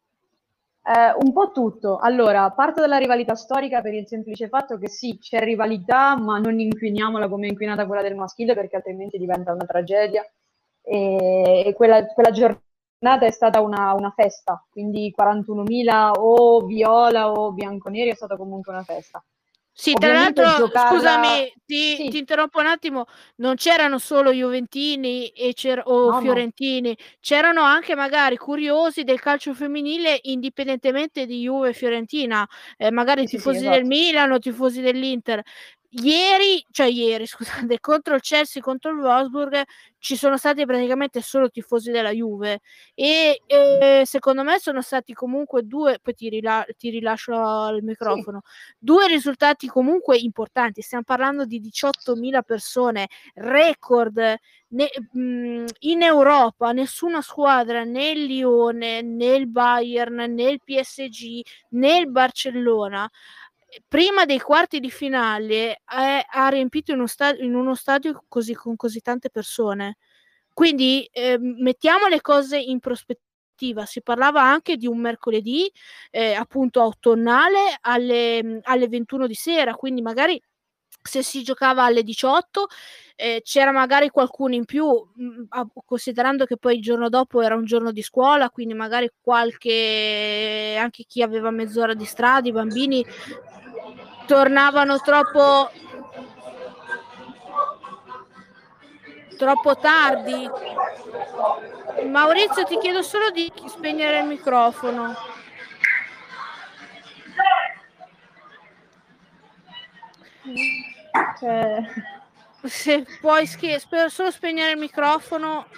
S3: Eh, un po' tutto. Allora, parto dalla rivalità storica per il semplice fatto che sì, c'è rivalità, ma non inquiniamola come è inquinata quella del maschile, perché altrimenti diventa una tragedia. E, e quella, quella giornata è stata una, una festa, quindi quarantunomila o viola o bianconeri è stata comunque una festa.
S1: Sì,
S3: Ovviamente
S1: tra l'altro,
S3: giocarla...
S1: scusami, ti,
S3: sì.
S1: ti interrompo un attimo, non c'erano solo juventini e o
S3: no,
S1: fiorentini, no. C'erano anche magari curiosi del calcio femminile indipendentemente di Juve e Fiorentina, eh, magari
S3: sì,
S1: tifosi
S3: sì, sì, esatto.
S1: del Milan o tifosi dell'Inter. Ieri, cioè ieri, scusate, contro il Chelsea, contro il Wolfsburg, ci sono stati praticamente solo tifosi della Juve e eh, secondo me sono stati comunque due, poi ti, rila- ti rilascio il microfono, sì. Due risultati comunque importanti, stiamo parlando di diciottomila persone, record ne, mh, in Europa, nessuna squadra, né il Lione, né il Bayern, né il P S G, né il Barcellona, prima dei quarti di finale è, ha riempito in uno, stadio, in uno stadio così, con così tante persone. Quindi eh, mettiamo le cose in prospettiva. Si parlava anche di un mercoledì eh, appunto autunnale alle, alle ventuno di sera, quindi magari se si giocava alle diciotto eh, c'era magari qualcuno in più, mh, considerando che poi il giorno dopo era un giorno di scuola, quindi magari qualche, anche chi aveva mezz'ora di strada, i bambini tornavano troppo troppo tardi. Maurizio, ti chiedo solo di spegnere il microfono.
S3: Cioè...
S1: Se puoi sch- spero solo spegnere il microfono.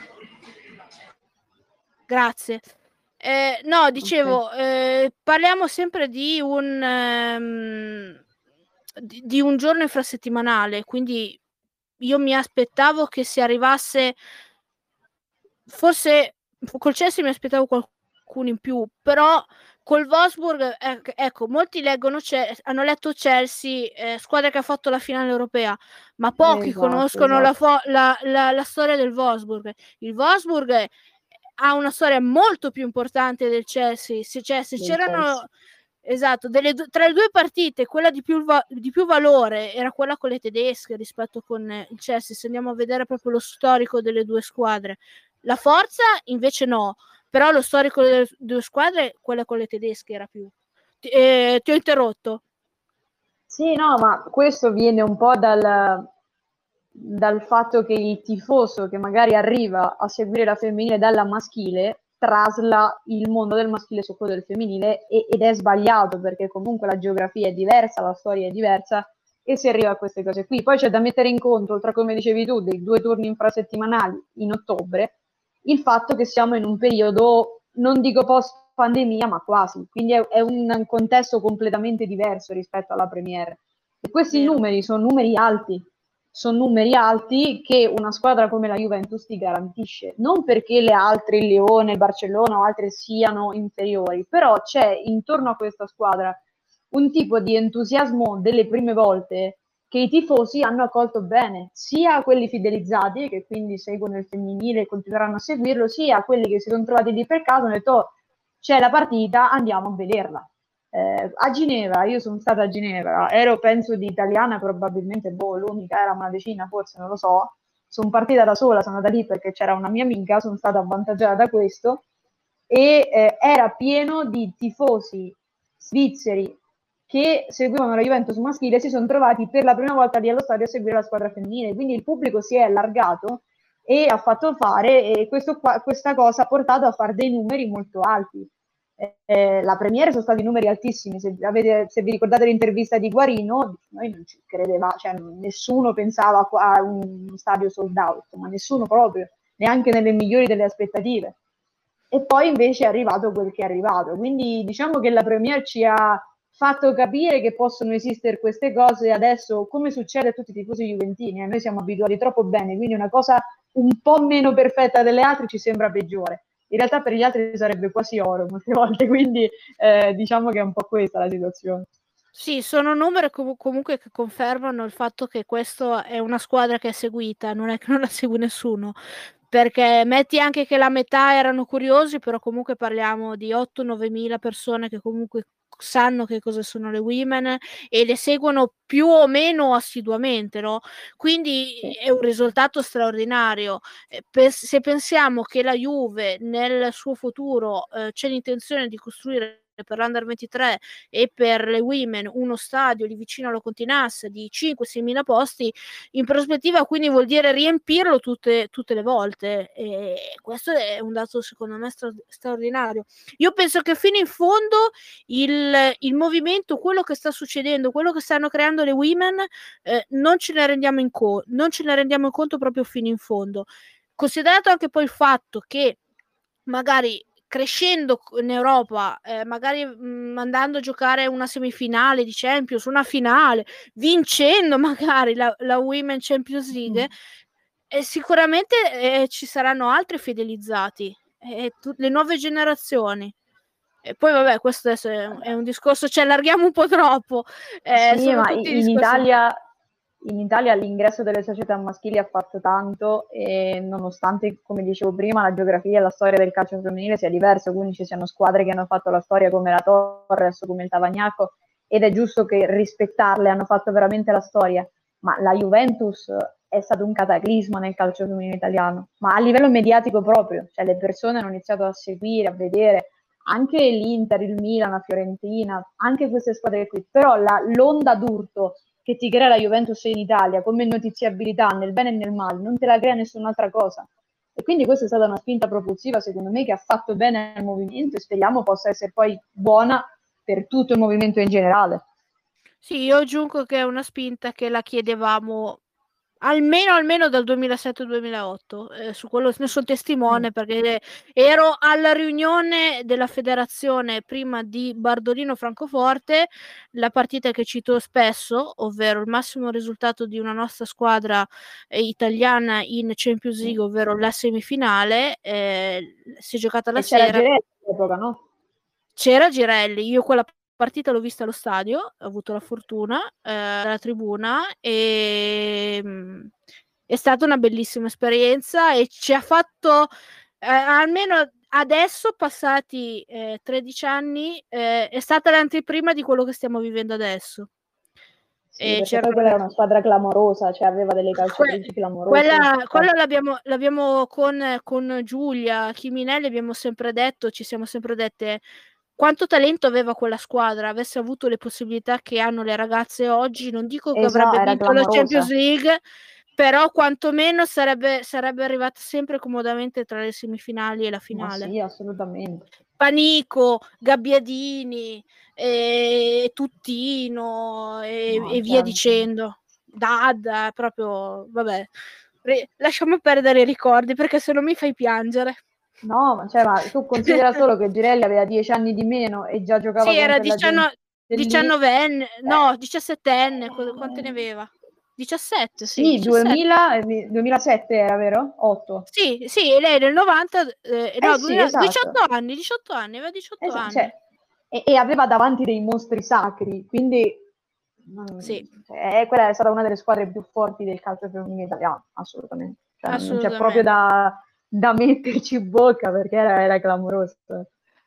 S1: Grazie. Eh, no, dicevo, okay. eh, parliamo sempre di un um, di, di un giorno infrasettimanale, quindi io mi aspettavo che si arrivasse, forse col Chelsea mi aspettavo qualcuno in più, però col Wolfsburg, eh, ecco, molti leggono, hanno letto Chelsea, eh, squadra che ha fatto la finale europea, ma pochi esatto, conoscono esatto. La, fo- la, la, la storia del Wolfsburg. Il Wolfsburg è, ha una storia molto più importante del Chelsea, se, cioè, se c'erano Chelsea. Esatto, delle, tra le due partite quella di più, va, di più valore era quella con le tedesche rispetto con il Chelsea, se andiamo a vedere proprio lo storico delle due squadre. La forza invece no, però lo storico delle due squadre, quella con le tedesche era più. Ti, eh, ti ho interrotto.
S3: Sì, no, ma questo viene un po' dal, dal fatto che il tifoso che magari arriva a seguire la femminile dalla maschile trasla il mondo del maschile su quello del femminile e, ed è sbagliato, perché comunque la geografia è diversa, la storia è diversa e si arriva a queste cose qui. Poi c'è da mettere in conto, oltre a come dicevi tu, dei due turni infrasettimanali in ottobre, il fatto che siamo in un periodo, non dico post pandemia, ma quasi, quindi è, è un contesto completamente diverso rispetto alla Premier. E questi Vero. numeri sono numeri alti, sono numeri alti che una squadra come la Juventus ti garantisce, non perché le altre, il Lione, il Barcellona o altre siano inferiori, però c'è intorno a questa squadra un tipo di entusiasmo delle prime volte che i tifosi hanno accolto bene, sia quelli fidelizzati, che quindi seguono il femminile e continueranno a seguirlo, sia quelli che si sono trovati lì per caso e hanno detto oh, c'è la partita, andiamo a vederla. Eh, a Ginevra, io sono stata a Ginevra, ero penso di italiana probabilmente, boh, l'unica, era una decina forse, non lo so, sono partita da sola, sono andata lì perché c'era una mia amica, sono stata avvantaggiata da questo, e eh, era pieno di tifosi svizzeri che seguivano la Juventus maschile e si sono trovati per la prima volta lì allo stadio a seguire la squadra femminile, quindi il pubblico si è allargato e ha fatto fare, e questo qua, questa cosa ha portato a fare dei numeri molto alti. Eh, la premiere sono stati numeri altissimi, se, avete, se vi ricordate l'intervista di Guarino, noi non ci credeva, cioè nessuno pensava a un stadio sold out, ma nessuno proprio, neanche nelle migliori delle aspettative. E poi invece è arrivato quel che è arrivato, quindi diciamo che la premiere ci ha fatto capire che possono esistere queste cose adesso, come succede a tutti i tifosi juventini, eh, noi siamo abituati troppo bene, quindi una cosa un po' meno perfetta delle altre ci sembra peggiore. In realtà per gli altri sarebbe quasi oro molte volte, quindi eh, diciamo che è un po' questa la situazione.
S1: Sì, sono numeri com- comunque che confermano il fatto che questa è una squadra che è seguita, non è che non la segue nessuno, perché metti anche che la metà erano curiosi, però comunque parliamo di otto nove mila persone che comunque sanno che cosa sono le women e le seguono più o meno assiduamente, no? Quindi è un risultato straordinario. Eh, per, se pensiamo che la Juve nel suo futuro eh, c'è l'intenzione di costruire per l'Under ventitré e per le women uno stadio lì vicino allo Continas di cinque sei mila posti, in prospettiva quindi vuol dire riempirlo tutte, tutte le volte, e questo è un dato secondo me stra- straordinario. Io penso che fino in fondo il, il movimento, quello che sta succedendo, quello che stanno creando le women, eh, non ce ne rendiamo in conto, non ce ne rendiamo conto proprio fino in fondo, considerato anche poi il fatto che magari crescendo in Europa, eh, magari mh, andando a giocare una semifinale di Champions, una finale, vincendo magari la, la Women Champions League, mm. eh, sicuramente eh, ci saranno altri fidelizzati, eh, tu- le nuove generazioni. E poi vabbè, questo adesso è, è un discorso, ci allarghiamo un po' troppo. Eh,
S3: sì, ma in discorsi... Italia... In Italia l'ingresso delle società maschili ha fatto tanto e nonostante, come dicevo prima, la geografia e la storia del calcio femminile sia diversa, quindi ci siano squadre che hanno fatto la storia come la Torres, come il Tavagnacco, ed è giusto che rispettarle, hanno fatto veramente la storia, ma la Juventus è stato un cataclisma nel calcio femminile italiano, ma a livello mediatico proprio, cioè le persone hanno iniziato a seguire, a vedere, anche l'Inter, il Milan, la Fiorentina, anche queste squadre qui, però la, l'onda d'urto che ti crea la Juventus in Italia come notiziabilità nel bene e nel male, non te la crea nessun'altra cosa. E quindi questa è stata una spinta propulsiva, secondo me, che ha fatto bene al movimento e speriamo possa essere poi buona per tutto il movimento in generale.
S1: Sì, io aggiungo che è una spinta che la chiedevamo almeno almeno dal duemilasette duemilaotto, eh, su quello ne sono testimone, mm. perché ero alla riunione della federazione prima di Bardolino Francoforte, la partita che cito spesso, ovvero il massimo risultato di una nostra squadra eh, italiana in Champions League, ovvero la semifinale, eh, si è giocata la
S3: e
S1: sera.
S3: C'era Girelli all'epoca, no?
S1: C'era Girelli, io quella partita l'ho vista allo stadio, ho avuto la fortuna eh, dalla tribuna e mh, è stata una bellissima esperienza e ci ha fatto eh, almeno adesso passati eh, tredici anni eh, è stata l'anteprima di quello che stiamo vivendo adesso.
S3: Sì, e perché poi quella era una squadra clamorosa, cioè aveva delle calciatrici que- clamorose.
S1: Quella, quella l'abbiamo, l'abbiamo con, con Giulia Chiminelli, abbiamo sempre detto, ci siamo sempre dette quanto talento aveva quella squadra, avesse avuto le possibilità che hanno le ragazze oggi, non dico che
S3: esatto,
S1: avrebbe vinto la Champions
S3: clamorosa.
S1: League, però quantomeno sarebbe, sarebbe arrivata sempre comodamente tra le semifinali e la finale.
S3: Ma sì, assolutamente.
S1: Panico, Gabbiadini, e Tuttino e,
S3: no,
S1: e via
S3: certo.
S1: dicendo. Dad, proprio, vabbè. Lasciamo perdere i ricordi perché se no mi fai piangere.
S3: No, ma, cioè, ma tu considera solo che Girelli aveva dieci anni di meno e già giocava
S1: sì,
S3: con
S1: era
S3: quella gente
S1: diciannovenne,
S3: eh.
S1: no, diciassettenne, eh. Quante ne aveva? diciassette, sì.
S3: Sì,
S1: diciassette.
S3: duemila, duemilasette era, vero? otto.
S1: Sì, sì, e lei nel novanta, eh, no,
S3: eh sì,
S1: duemila,
S3: esatto.
S1: diciotto anni, diciotto anni, aveva diciotto
S3: esatto,
S1: anni.
S3: cioè, e, e aveva davanti dei mostri sacri, quindi non,
S1: sì.
S3: cioè, quella è stata una delle squadre più forti del calcio femminile italiano, assolutamente. Cioè,
S1: assolutamente.
S3: Non c'è proprio da, da metterci in bocca perché era, era clamoroso.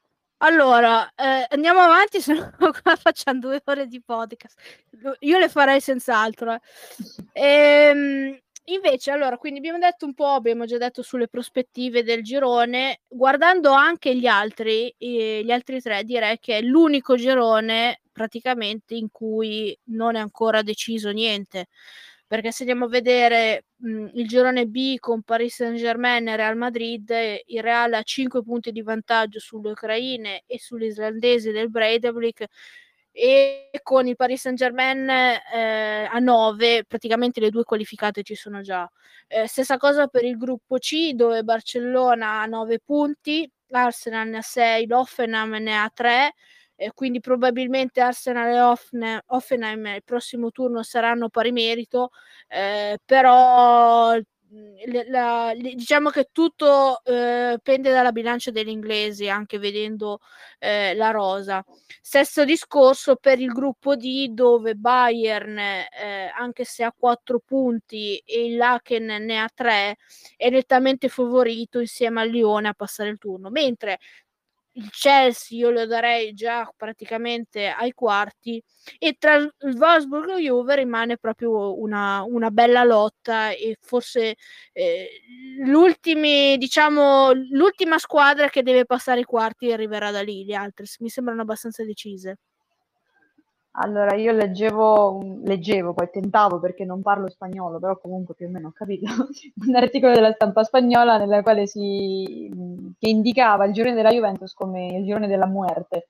S1: Allora, eh, andiamo avanti, se no qua facciamo due ore di podcast. Io le farei senz'altro. Eh. Ehm, invece, allora, quindi abbiamo detto un po', abbiamo già detto sulle prospettive del girone. Guardando anche gli altri, eh, gli altri tre, direi che è l'unico girone praticamente in cui non è ancora deciso niente. Perché se andiamo a vedere mh, il girone B con Paris Saint-Germain e Real Madrid, il Real ha cinque punti di vantaggio sulle ucraine e sugli islandesi del Breidablik, e con il Paris Saint-Germain eh, a nove, praticamente le due qualificate ci sono già. Eh, stessa cosa per il gruppo C, dove Barcellona ha nove punti, Arsenal ne ha sei, l'Hoffenheim ne ha tre, eh, quindi probabilmente Arsenal e Hoffenheim, Hoffenheim il prossimo turno saranno pari merito, eh, però le, la, le, diciamo che tutto eh, pende dalla bilancia degli inglesi, anche vedendo eh, la rosa. Stesso discorso per il gruppo D, dove Bayern, eh, anche se ha quattro punti e il Laken ne ha tre, è nettamente favorito insieme al Lione a passare il turno, mentre il Chelsea io lo darei già praticamente ai quarti, e tra il Wolfsburg e Juve rimane proprio una, una bella lotta, e forse eh, l'ultimi, diciamo, l'ultima squadra che deve passare i quarti arriverà da lì, le altre mi sembrano abbastanza decise.
S3: Allora, io leggevo, leggevo, poi tentavo perché non parlo spagnolo, però comunque più o meno ho capito, un articolo della stampa spagnola nella quale si, che indicava il girone della Juventus come il girone della muerte,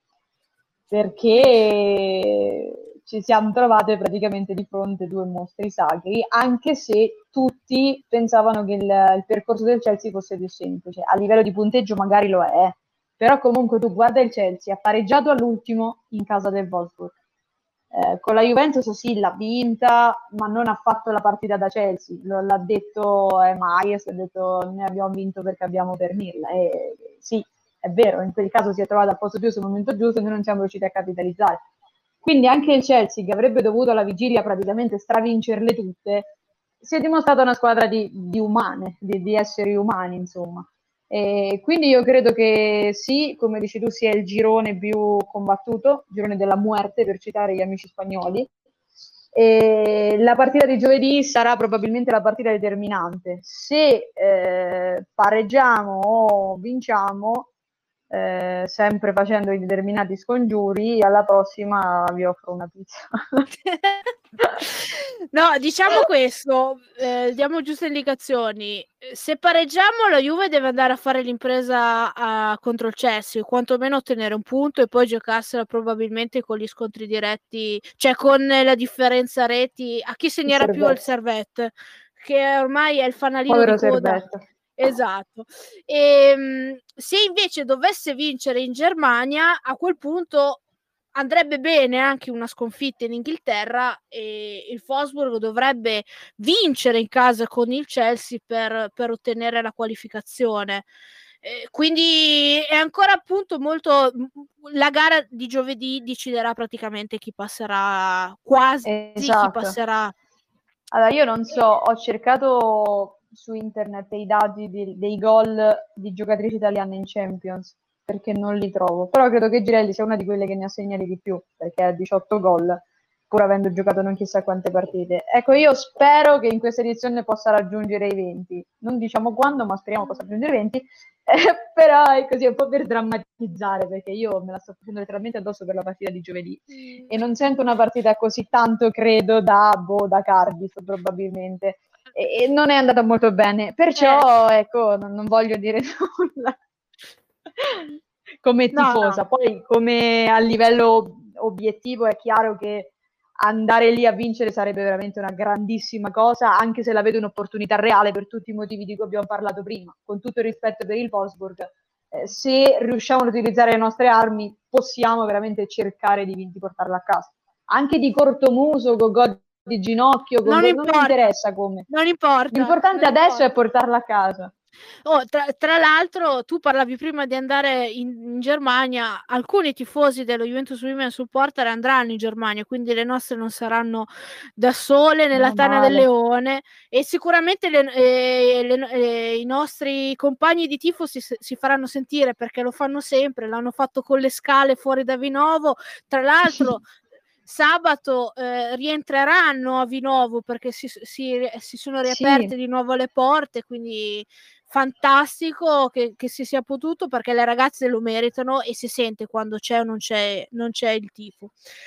S3: perché ci siamo trovate praticamente di fronte due mostri sacri, anche se tutti pensavano che il, il percorso del Chelsea fosse più semplice. A livello di punteggio magari lo è, però comunque tu guarda il Chelsea, ha pareggiato all'ultimo in casa del Wolfsburg. Eh, con la Juventus sì, l'ha vinta, ma non ha fatto la partita da Chelsea. Lo, l'ha detto eh, Myers, ha detto noi abbiamo vinto perché abbiamo Pernilla. E sì, è vero, in quel caso si è trovato al posto giusto, al momento giusto, e noi non siamo riusciti a capitalizzare. Quindi anche il Chelsea, che avrebbe dovuto alla vigilia praticamente stravincerle tutte, si è dimostrata una squadra di, di umane, di, di esseri umani, insomma. E quindi io credo che sì, come dici tu, sia il girone più combattuto, il girone della muerte, per citare gli amici spagnoli. E la partita di giovedì sarà probabilmente la partita determinante. Se eh, pareggiamo o vinciamo, eh, sempre facendo i determinati scongiuri, alla prossima vi offro una pizza.
S1: No, diciamo questo, eh, diamo giuste indicazioni. Se pareggiamo, la Juve deve andare a fare l'impresa a, contro il Chelsea, quantomeno ottenere un punto e poi giocarsela probabilmente con gli scontri diretti, cioè con la differenza reti, a chi segnerà più il Servette, che ormai è il fanalino
S3: Povero
S1: di coda.
S3: Servette.
S1: Esatto. E, se invece dovesse vincere in Germania, a quel punto andrebbe bene anche una sconfitta in Inghilterra, e il Wolfsburg dovrebbe vincere in casa con il Chelsea per, per ottenere la qualificazione. Eh, quindi è ancora appunto molto, la gara di giovedì deciderà praticamente chi passerà, quasi
S3: esatto.
S1: chi passerà.
S3: Allora, io non so, ho cercato su internet i dati di, dei gol di giocatrici italiane in Champions, perché non li trovo. Però credo che Girelli sia una di quelle che ne ha segnati di più, perché ha diciotto gol, pur avendo giocato non chissà quante partite. Ecco, io spero che in questa edizione possa raggiungere i venti. Non diciamo quando, ma speriamo possa raggiungere i venti. Eh, però è così, un po' per drammatizzare, perché io me la sto facendo letteralmente addosso per la partita di giovedì. Mm. E non sento una partita così tanto, credo, da, boh, da Cardiff, probabilmente. E, e non è andata molto bene. Perciò, eh. ecco, non, non voglio dire nulla. Come tifosa. No, no. Poi, come a livello obiettivo, è chiaro che andare lì a vincere sarebbe veramente una grandissima cosa, anche se la vedo un'opportunità reale per tutti i motivi di cui abbiamo parlato prima. Con tutto il rispetto per il Wolfsburg, eh, se riusciamo ad utilizzare le nostre armi, possiamo veramente cercare di, di portarla a casa. Anche di cortomuso, con gol di ginocchio, con
S1: non,
S3: gol, non mi interessa come.
S1: Non importa.
S3: L'importante
S1: non
S3: adesso
S1: importa.
S3: è portarla a casa.
S1: Oh, tra, tra l'altro, tu parlavi prima di andare in, in Germania, alcuni tifosi dello Juventus Women Supporter andranno in Germania, quindi le nostre non saranno da sole nella
S3: Meno
S1: Tana del
S3: male.
S1: Leone, e sicuramente le, eh, le, eh, i nostri compagni di tifo si, si faranno sentire, perché lo fanno sempre, l'hanno fatto con le scale fuori da Vinovo. Tra l'altro sabato eh, rientreranno a Vinovo, perché si, si, si sono riaperte
S3: Sì.
S1: di nuovo le porte, quindi fantastico che, che si sia potuto, perché le ragazze lo meritano e si sente quando c'è o non c'è, non c'è il tifo.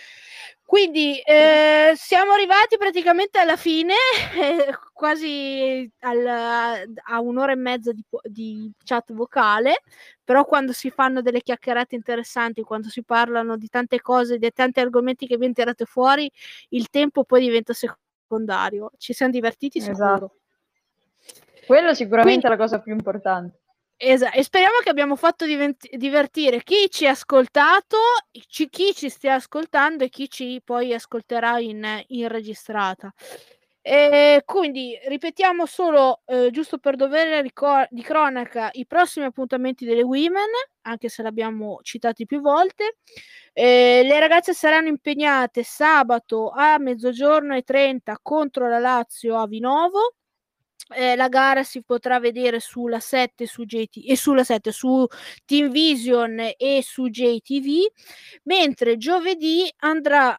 S1: Quindi eh, siamo arrivati praticamente alla fine, eh, quasi al, a un'ora e mezza di, di chat vocale, però quando si fanno delle chiacchierate interessanti, quando si parlano di tante cose, di tanti argomenti che viene tirate fuori, il tempo poi diventa secondario. Ci siamo divertiti
S3: Esatto.
S1: sicuro.
S3: Quello sicuramente
S1: Quindi,
S3: è la cosa più importante.
S1: Esatto, e speriamo che abbiamo fatto divent- divertire chi ci ha ascoltato, ci- chi ci stia ascoltando e chi ci poi ascolterà in, in registrata. E quindi ripetiamo solo, eh, giusto per dovere ricor- di cronaca, i prossimi appuntamenti delle Women, anche se l'abbiamo citati più volte. Eh, le ragazze saranno impegnate sabato a mezzogiorno e trenta contro la Lazio a Vinovo. Eh, la gara si potrà vedere sulla sette su J T e sulla sette su Team Vision e su J T V, mentre giovedì andrà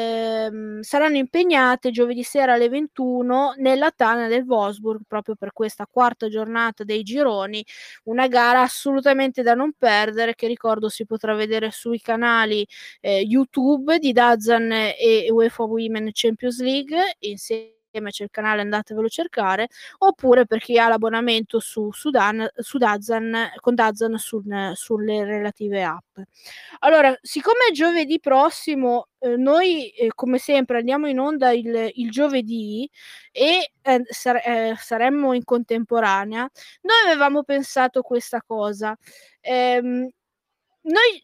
S1: ehm, saranno impegnate giovedì sera alle ventuno nella Tana del Wolfsburg, proprio per questa quarta giornata dei gironi, una gara assolutamente da non perdere, che ricordo si potrà vedere sui canali eh, YouTube di Dazan e UEFA Women Champions League. Insieme c'è il canale, andatevelo a cercare, oppure per chi ha l'abbonamento su, su, Dan, su Dazan, con Dazan sul, sulle relative app. Allora, siccome è giovedì prossimo, eh, noi eh, come sempre andiamo in onda il, il giovedì e eh, sare- eh, saremmo in contemporanea, noi avevamo pensato questa cosa. Ehm, noi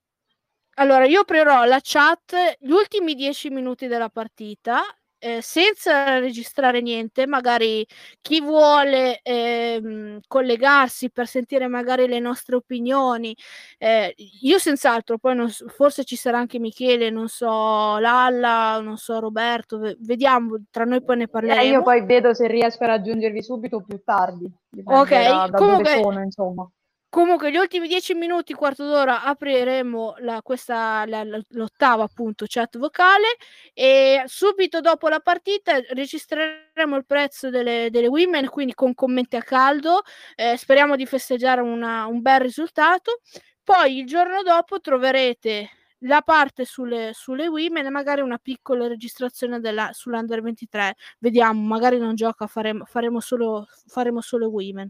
S1: allora, io aprirò la chat gli ultimi dieci minuti della partita, eh, senza registrare niente, magari chi vuole ehm, collegarsi per sentire magari le nostre opinioni, eh, io senz'altro, poi non so, forse ci sarà anche Michele, non so, Lalla, non so, Roberto, v- vediamo, tra noi poi ne parleremo.
S3: Eh, io poi vedo se riesco a raggiungervi subito o più tardi, dipende
S1: Ok,
S3: da, da
S1: comunque,
S3: dove sono, insomma.
S1: Comunque, gli ultimi dieci minuti, quarto d'ora, apriremo la, questa, la, la, l'ottava appunto chat vocale, e subito dopo la partita registreremo il prezzo delle, delle women, quindi con commenti a caldo. Eh, speriamo di festeggiare una, un bel risultato. Poi il giorno dopo troverete la parte sulle, sulle women e magari una piccola registrazione della, sull'Under ventitré. Vediamo, magari non gioca, faremo, faremo, solo, faremo solo women.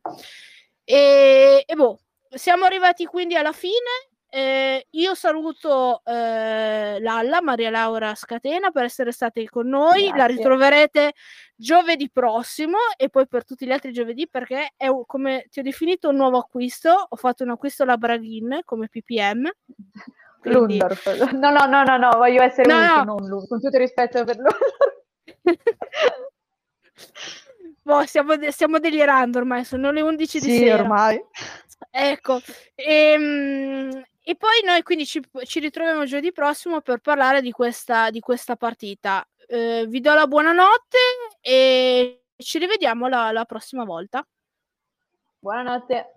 S1: E, e boh, siamo arrivati quindi alla fine. Eh, io saluto eh, Lalla, Maria Laura Scatena, per essere stati con noi.
S3: Grazie.
S1: La ritroverete giovedì prossimo e poi per tutti gli altri giovedì, perché è, come ti ho definito, un nuovo acquisto. Ho fatto un acquisto alla Braghin come P P M. Quindi...
S3: Lundorf. No, no, no, no, no, voglio essere
S1: no,
S3: Ulf,
S1: no.
S3: non Lundorf, con tutto il rispetto per Lundorf.
S1: Boh, stiamo, stiamo delirando ormai, sono le undici
S3: sì,
S1: di sera.
S3: ormai.
S1: Ecco, e, e poi noi quindi ci, ci ritroviamo giovedì prossimo per parlare di questa, di questa partita. Eh, vi do la buonanotte e ci rivediamo la, la prossima volta.
S3: Buonanotte.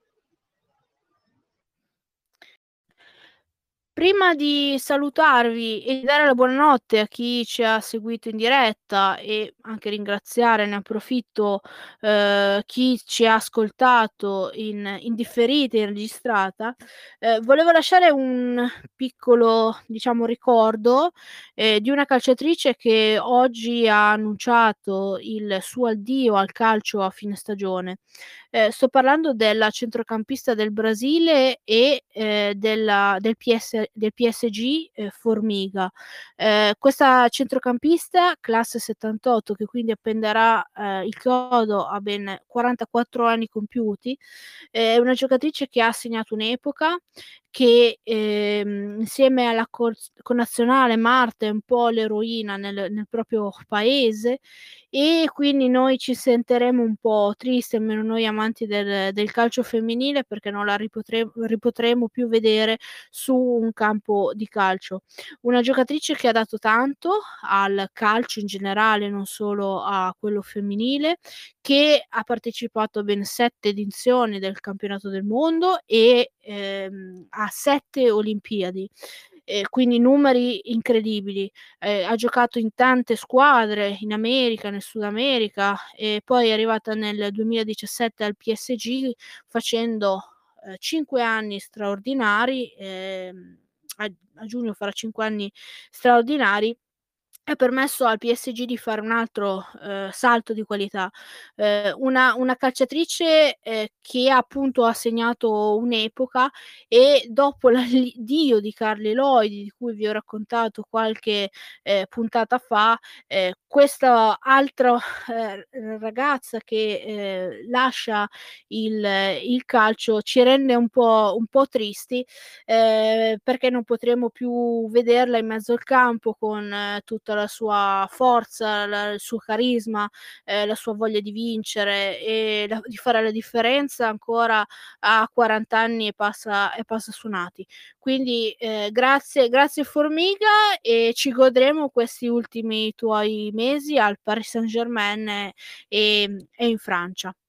S1: Prima di salutarvi e di dare la buonanotte a chi ci ha seguito in diretta e anche ringraziare, ne approfitto, eh, chi ci ha ascoltato in, in differita, in registrata, eh, volevo lasciare un piccolo, diciamo, ricordo eh, di una calciatrice che oggi ha annunciato il suo addio al calcio a fine stagione. Eh, sto parlando della centrocampista del Brasile e eh, della, del P S P del P S G, ehm, Formiga. Ehm, questa centrocampista classe settantotto, che quindi appenderà, ehm, il chiodo a ben quarantaquattro anni compiuti, è una giocatrice che ha segnato un'epoca, che, ehm, insieme alla cors connazionale Marta è un po' l'eroina nel nel proprio paese, e quindi noi ci sentiremo un po' tristi, almeno noi amanti del del calcio femminile, perché non la ripotre ripotremo più vedere su un campo di calcio. Una giocatrice che ha dato tanto al calcio in generale, non solo a quello femminile, che ha partecipato a ben sette edizioni del campionato del mondo e, ehm, a sette Olimpiadi, ehm, quindi numeri incredibili. Ehm, ha giocato in tante squadre, in America, nel Sud America, e poi è arrivata nel duemiladiciassette al P S G facendo, ehm, cinque anni straordinari, ehm, a a giugno farà cinque anni straordinari, ha permesso al P S G di fare un altro, ehm, salto di qualità. Ehm, una una calciatrice, ehm, che appunto ha segnato un'epoca, e dopo l'addio di Carli Lloyd, di cui vi ho raccontato qualche, ehm, puntata fa, ehm, questa altra, ehm, ragazza che, ehm, lascia il il calcio ci rende un po' un po' tristi, ehm, perché non potremo più vederla in mezzo al campo con eh, tutta la sua forza, la il suo carisma, ehm, la sua voglia di vincere e la di fare la differenza ancora a quaranta anni e passa e passa suonati. Quindi, ehm, grazie grazie Formiga, e ci godremo questi ultimi tuoi mesi al Paris Saint-Germain, ehm, e in Francia.